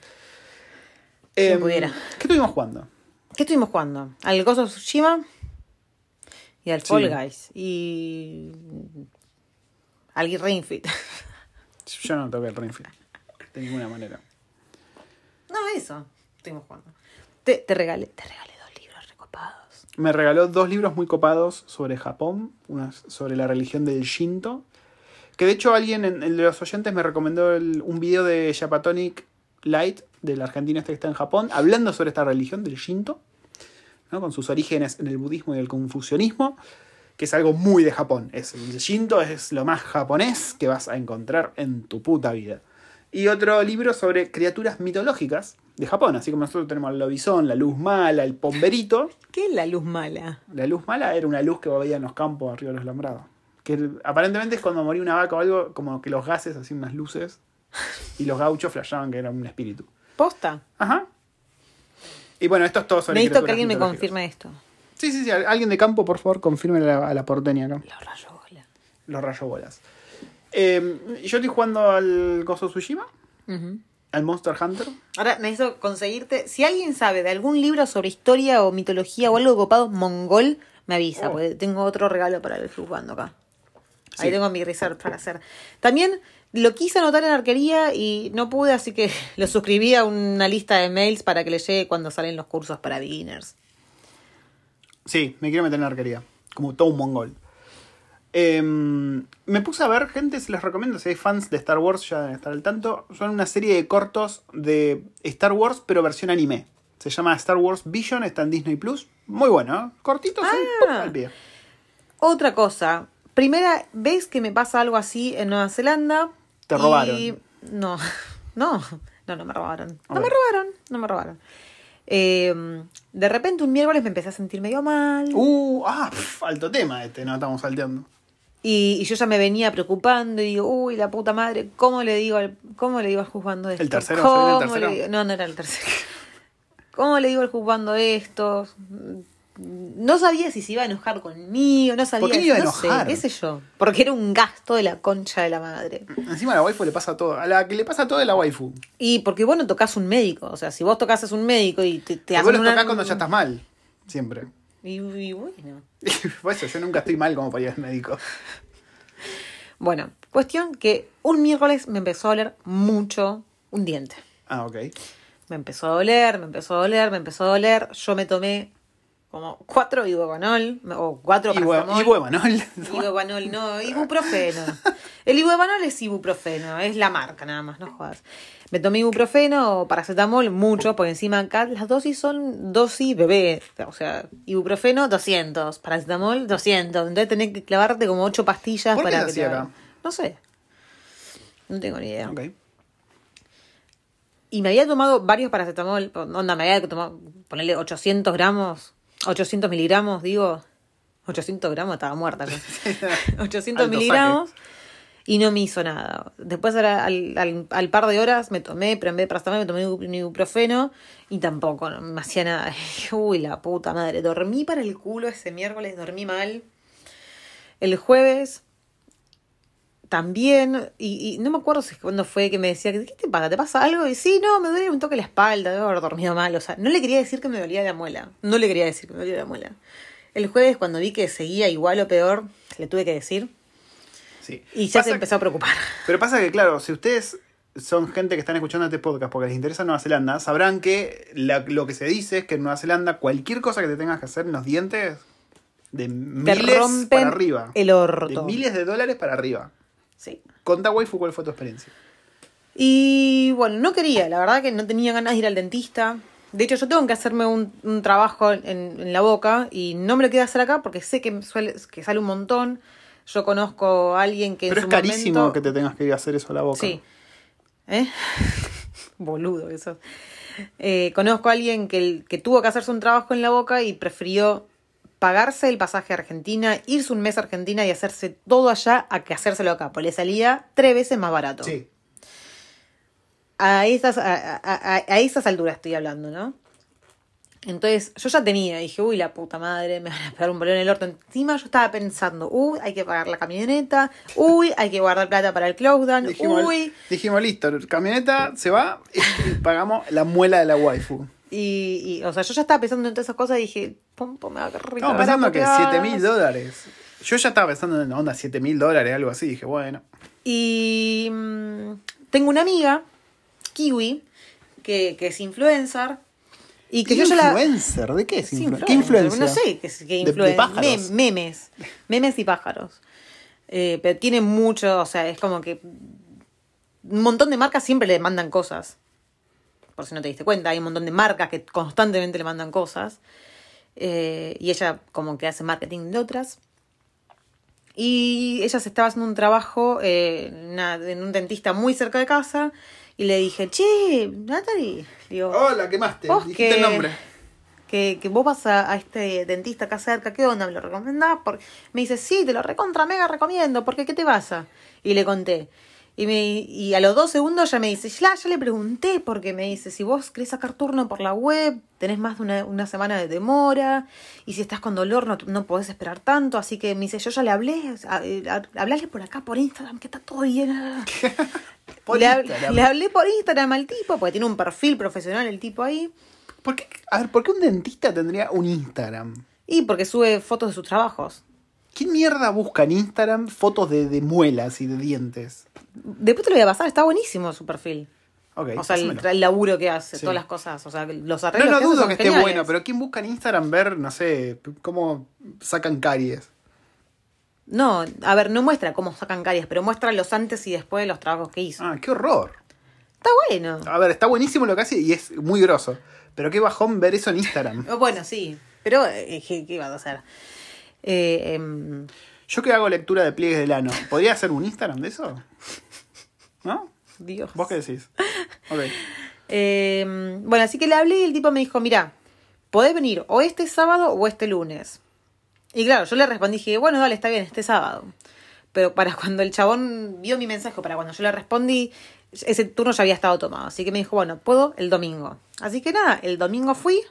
Quien pudiera. ¿Qué estuvimos jugando? ¿Qué estuvimos jugando? Al Ghost of Tsushima y al Fall Sí. Guys. Y al Ring Fit. Yo no toqué el Ring Fit. De ninguna manera. No, eso. Estuvimos jugando. Te regalé 2 libros recopados. Me regaló 2 libros muy copados sobre Japón. Uno sobre la religión del Shinto. Que de hecho alguien el de los oyentes me recomendó un video de Japatonic Light, del argentino que está en Japón, hablando sobre esta religión del Shinto, ¿no? Con sus orígenes en el budismo y el confucianismo, que es algo muy de Japón. El Shinto es lo más japonés que vas a encontrar en tu puta vida. Y otro libro sobre criaturas mitológicas de Japón, así como nosotros tenemos al lobizón, la luz mala, el pomberito. ¿Qué es la luz mala? La luz mala era una luz que veía en los campos arriba de los alambrados. Que aparentemente es cuando moría una vaca o algo, como que los gases hacían unas luces y los gauchos flashaban que era un espíritu. ¿Posta? Ajá. Y bueno, esto es todo sobre Necesito que criaturas alguien me mitológicas. confirme esto. Sí. Alguien de campo, por favor, confirme a la porteña acá. Los rayobolas. Los rayobolas. Yo estoy jugando al Ghost of Tsushima, al Monster Hunter. Ahora necesito conseguirte. Si alguien sabe de algún libro sobre historia o mitología o algo copado mongol, me avisa, porque tengo otro regalo para el jugando acá. Ahí Sí. tengo mi research para hacer. También lo quise anotar en arquería y no pude, así que lo suscribí a una lista de mails para que le llegue cuando salen los cursos para beginners. Sí, me quiero meter en arquería, como todo un mongol. Me puse a ver, gente, se les recomiendo, si hay fans de Star Wars ya deben estar al tanto. Son una serie de cortos de Star Wars, pero versión anime. Se llama Star Wars Vision, está en Disney Plus. Muy bueno, ¿eh? Cortitos al pie. Otra cosa. Primera vez que me pasa algo así en Nueva Zelanda. Te robaron. No me robaron. A No ver. me robaron. De repente un miércoles me empecé a sentir medio mal. Alto tema no estamos salteando. Y yo ya me venía preocupando y digo, uy, la puta madre, ¿cómo le digo al juzgando esto? ¿El tercero? ¿Cómo ¿Se viene el tercero? le digo? No era el tercero. ¿Cómo le digo al juzgando esto? No sabía si se iba a enojar conmigo, no sabía. ¿Por qué me iba a no enojar? sé, qué sé yo. Porque era un gasto de la concha de la madre. Encima a la waifu le pasa todo. A la que le pasa todo es la waifu. Y porque vos no tocas un médico. O sea, si vos tocases un médico y te Porque vos hacen los una... tocás cuando ya estás mal. Siempre. Y bueno. Por eso yo nunca estoy mal como para ir al médico. Bueno, cuestión que un miércoles me empezó a doler mucho un diente. Ah, ok. Me empezó a doler. Yo me tomé como 4 ibuevanol, o 4 paracetamol. Ibuevanol. Ibuevanol, no, ibuprofeno. El ibuevanol es ibuprofeno, es la marca nada más, no jodas. Me tomé ibuprofeno o paracetamol mucho, porque encima acá las dosis son dosis bebé. O sea, ibuprofeno 200, paracetamol 200. Entonces tenés que clavarte como 8 pastillas ¿Por qué para se que hacía te acá? No sé. No tengo ni idea. Ok. Y me había tomado varios paracetamol. Onda, me había tomado, ponerle 800 gramos, 800 miligramos, digo. 800 gramos, estaba muerta yo. 800 Alto miligramos. Y no me hizo nada. Después al par de horas me tomé, pero en vez de paracetamol me tomé un ibuprofeno. Y tampoco no me hacía nada. Uy, la puta madre. Dormí para el culo ese miércoles, dormí mal. El jueves también, y no me acuerdo si cuándo fue que me decía, ¿qué te pasa? ¿Te pasa algo? Y sí, no, me duele un toque la espalda, debo haber dormido mal. O sea, no le quería decir que me dolía la muela. No le quería decir que me dolía la muela. El jueves, cuando vi que seguía igual o peor, le tuve que decir. Sí. Y ya se empezó a preocupar. Pero pasa que, claro, si ustedes son gente que están escuchando este podcast porque les interesa Nueva Zelanda, sabrán que lo que se dice es que en Nueva Zelanda cualquier cosa que te tengas que hacer en los dientes, de miles para arriba. El orto. De miles de dólares para arriba. Sí. Conta, waifu, ¿cuál fue tu experiencia? Y bueno, no quería, la verdad que no tenía ganas de ir al dentista. De hecho, yo tengo que hacerme un trabajo en la boca y no me lo quiero hacer acá porque sé que sale un montón. Yo conozco a alguien que Pero en es su carísimo momento... que te tengas que ir a hacer eso a la boca. Sí. Boludo eso. Conozco a alguien que tuvo que hacerse un trabajo en la boca y prefirió pagarse el pasaje a Argentina, irse un mes a Argentina y hacerse todo allá a que hacérselo acá. Pues le salía 3 veces más barato. Sí. A esas alturas estoy hablando, ¿no? Entonces, yo ya dije, uy, la puta madre, me van a pegar un bolón en el orto. Encima yo estaba pensando, uy, hay que pagar la camioneta, uy, hay que guardar plata para el close down, Dijimos, listo, la camioneta se va y pagamos la muela de la waifu. Y o sea, yo ya estaba pensando en todas esas cosas y dije, pompo, me va a agarrar. Estamos pensando que $7,000. Yo ya estaba pensando en onda $7,000, algo así, dije, bueno. Y tengo una amiga, Kiwi, que es influencer. Y que ¿Qué influencer? ¿De qué es influencer? ¿Qué influencia? No sé qué influencer. De pájaros. Memes y pájaros. Pero tiene mucho, o sea, es como que un montón de marcas siempre le mandan cosas. Por si no te diste cuenta, hay un montón de marcas que constantemente le mandan cosas. Y ella como que hace marketing de otras. Y ella se estaba haciendo un trabajo en un dentista muy cerca de casa. Y le dije, che, Natalie. Digo, hola, quemaste, dijiste el nombre. Que vos vas a este dentista acá cerca, ¿qué onda? ¿Me lo recomendás? Me dice, sí, te lo recontra mega recomiendo, ¿por qué? ¿Qué te pasa? Y le conté. Y a los 2 segundos ya me dice, ya le pregunté, porque me dice, si vos querés sacar turno por la web, tenés más de una semana de demora, y si estás con dolor no podés esperar tanto, así que me dice, yo ya le hablé, hablale por acá, por Instagram, que está todo bien. Le hablé por Instagram al tipo, porque tiene un perfil profesional el tipo ahí. ¿Por qué un dentista tendría un Instagram? Y porque sube fotos de sus trabajos. ¿Quién mierda busca en Instagram fotos de muelas y de dientes? Después te lo voy a pasar, está buenísimo su perfil. Okay, o sea, el laburo que hace, sí. Todas las cosas, o sea, los arreglos. No dudo que esté bueno, pero ¿quién busca en Instagram ver, no sé, cómo sacan caries? No, a ver, no muestra cómo sacan caries, pero muestra los antes y después de los trabajos que hizo. Ah, qué horror. Está bueno. A ver, está buenísimo lo que hace y es muy grosso. Pero qué bajón ver eso en Instagram. Bueno, sí, pero ¿qué iba a hacer? Yo que hago lectura de pliegues del ano, ¿podría hacer un Instagram de eso? ¿No? Dios. ¿Vos qué decís? Okay. Bueno, así que le hablé y el tipo me dijo, mirá, podés venir o este sábado o este lunes. Y claro, yo le respondí, dije, bueno, dale, está bien, este sábado. Pero para cuando el chabón vio mi mensaje, para cuando yo le respondí, ese turno ya había estado tomado. Así que me dijo, bueno, puedo el domingo. Así que nada, el domingo fui.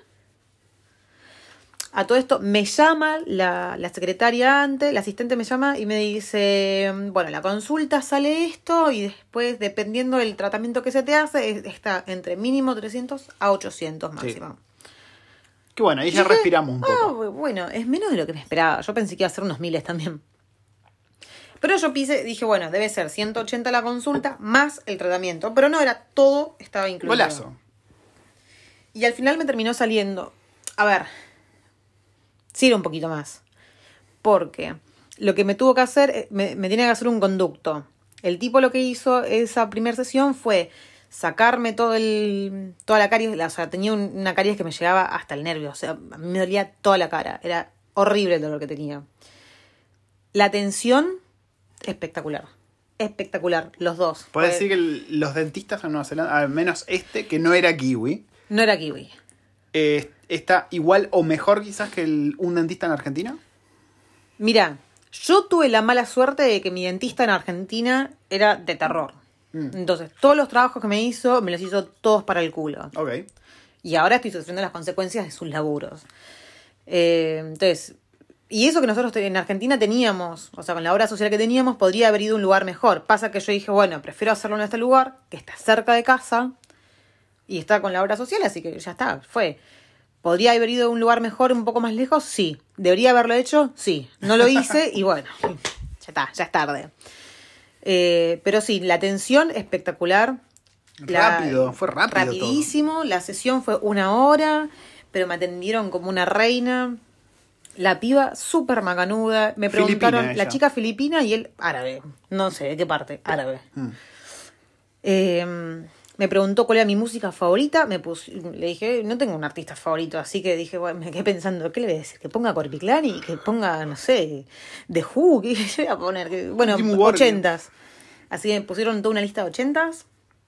A todo esto me llama la secretaria antes, la asistente me llama y me dice, bueno, la consulta sale esto y después, dependiendo del tratamiento que se te hace, está entre mínimo 300 a 800 máximo. Sí. Que bueno, ahí ya respiramos un poco. Bueno, es menos de lo que me esperaba. Yo pensé que iba a ser unos miles también. Pero yo dije, bueno, debe ser 180 la consulta más el tratamiento. Pero no, era todo, estaba incluido. Golazo. Y al final me terminó saliendo. A ver, sí era un poquito más. Porque lo que me tuvo que hacer, me tenía que hacer un conducto. El tipo lo que hizo esa primera sesión fue sacarme toda la caries, o sea, tenía una caries que me llegaba hasta el nervio, o sea, a mí me dolía toda la cara, era horrible el dolor que tenía. La atención, espectacular, los dos. Puedes decir que los dentistas en Nueva Zelanda, al menos que no era kiwi. No era kiwi. ¿Está igual o mejor quizás que un dentista en Argentina? Mira, yo tuve la mala suerte de que mi dentista en Argentina era de terror. Entonces, todos los trabajos que me los hizo todos para el culo. Ok. Y ahora estoy sufriendo las consecuencias de sus laburos. Entonces, y eso que nosotros en Argentina teníamos, o sea, con la obra social que teníamos, podría haber ido a un lugar mejor. Pasa que yo dije, bueno, prefiero hacerlo en este lugar, que está cerca de casa, y está con la obra social, así que ya está, fue. ¿Podría haber ido a un lugar mejor, un poco más lejos? Sí. ¿Debería haberlo hecho? Sí. No lo hice y bueno, ya es tarde. Pero sí, la atención espectacular. Fue rápido. Rapidísimo. Todo. La sesión fue 1 hora, pero me atendieron como una reina. La piba súper macanuda. Me preguntaron, la chica filipina y él árabe. No sé de qué parte, árabe. Me preguntó cuál era mi música favorita. Le dije, no tengo un artista favorito. Así que dije, bueno, me quedé pensando, ¿qué le voy a decir? Que ponga Corpiclán y que ponga, no sé, The Who. ¿Qué le voy a poner? Bueno, 80s. Así que me pusieron toda una lista de 80s.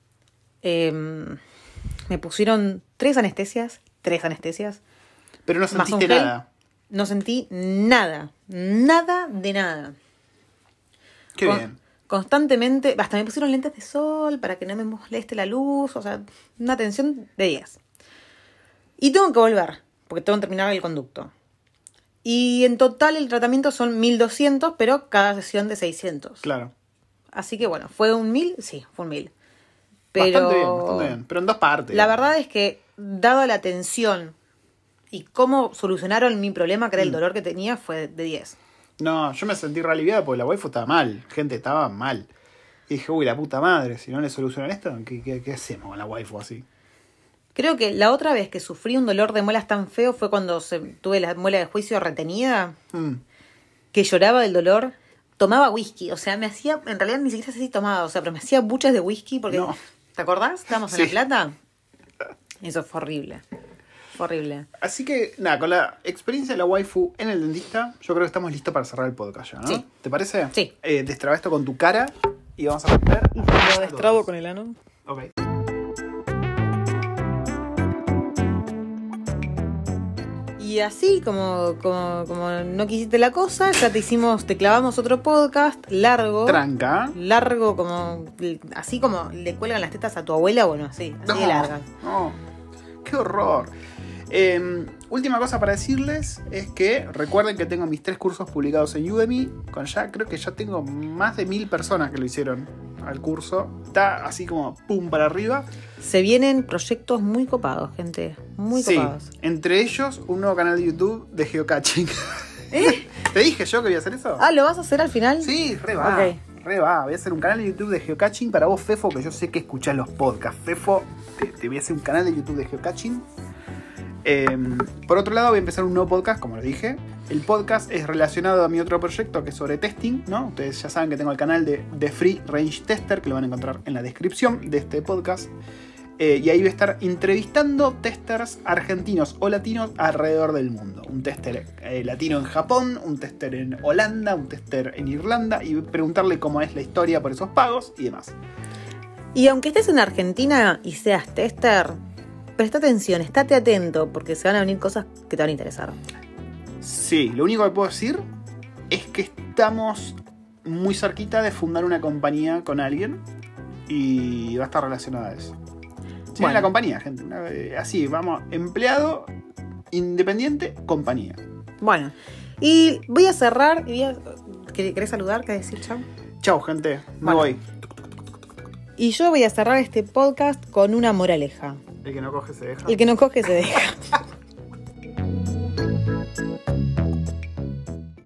Me pusieron 3 anestesias. Pero no sentiste nada. No sentí nada. Nada de nada. Qué bien. Constantemente, hasta me pusieron lentes de sol para que no me moleste la luz, o sea, una atención de 10. Y tengo que volver, porque tengo que terminar el conducto. Y en total el tratamiento son 1.200, pero cada sesión de 600. Claro. Así que bueno, ¿fue un 1.000? Sí, fue un 1.000. Pero bastante bien, pero en 2 partes. La verdad es que, dado la atención y cómo solucionaron mi problema, que era el dolor que tenía, fue de 10. No, yo me sentí re aliviada porque la waifu estaba mal. Gente, estaba mal. Y dije, uy, la puta madre, si no le solucionan esto, ¿qué hacemos con la waifu así? Creo que la otra vez que sufrí un dolor de muelas tan feo fue cuando tuve la muela de juicio retenida, que lloraba del dolor. Tomaba whisky, o sea, en realidad ni siquiera sé si tomaba, o sea, pero me hacía buchas de whisky porque, no. ¿Te acordás? Estábamos en La Plata. Eso fue horrible. Horrible. Así que, nada, con la experiencia de la waifu en el dentista, yo creo que estamos listos para cerrar el podcast ya, ¿no? Sí. ¿Te parece? Sí. Destraba esto con tu cara y vamos a romper. Lo destrabo con el ano. Ok. Y así, como no quisiste la cosa, ya te clavamos otro podcast largo. Tranca. Largo así como le cuelgan las tetas a tu abuela, bueno, así de largas. No, qué horror. Última cosa para decirles es que recuerden que tengo mis 3 cursos publicados en Udemy. Creo que ya tengo más de 1.000 personas que lo hicieron al curso. Está así como pum para arriba. Se vienen proyectos muy copados, gente. Muy copados. Entre ellos un nuevo canal de YouTube de geocaching. ¿Te dije yo que voy a hacer eso? Ah, ¿lo vas a hacer al final? Sí, re va. Okay. Voy a hacer un canal de YouTube de geocaching para vos, Fefo, que yo sé que escuchás los podcasts. Fefo, te voy a hacer un canal de YouTube de geocaching. Por otro lado, voy a empezar un nuevo podcast, como lo dije. El podcast es relacionado a mi otro proyecto, que es sobre testing, ¿no? Ustedes ya saben que tengo el canal de Free Range Tester, que lo van a encontrar en la descripción de este podcast. Y ahí voy a estar entrevistando testers argentinos o latinos alrededor del mundo. Un tester latino en Japón, un tester en Holanda, un tester en Irlanda, y preguntarle cómo es la historia por esos pagos y demás. Y aunque estés en Argentina y seas tester, presta atención, estate atento, porque se van a venir cosas que te van a interesar. Sí, lo único que puedo decir es que estamos muy cerquita de fundar una compañía con alguien y va a estar relacionada a eso. Sí, bueno. La compañía, gente. Así, vamos, empleado, independiente, compañía. Bueno, y voy a cerrar. ¿Querés saludar? ¿Querés decir chau? Chau, gente. Me voy. Y yo voy a cerrar este podcast con una moraleja. El que no coge se deja. El que no coge se deja.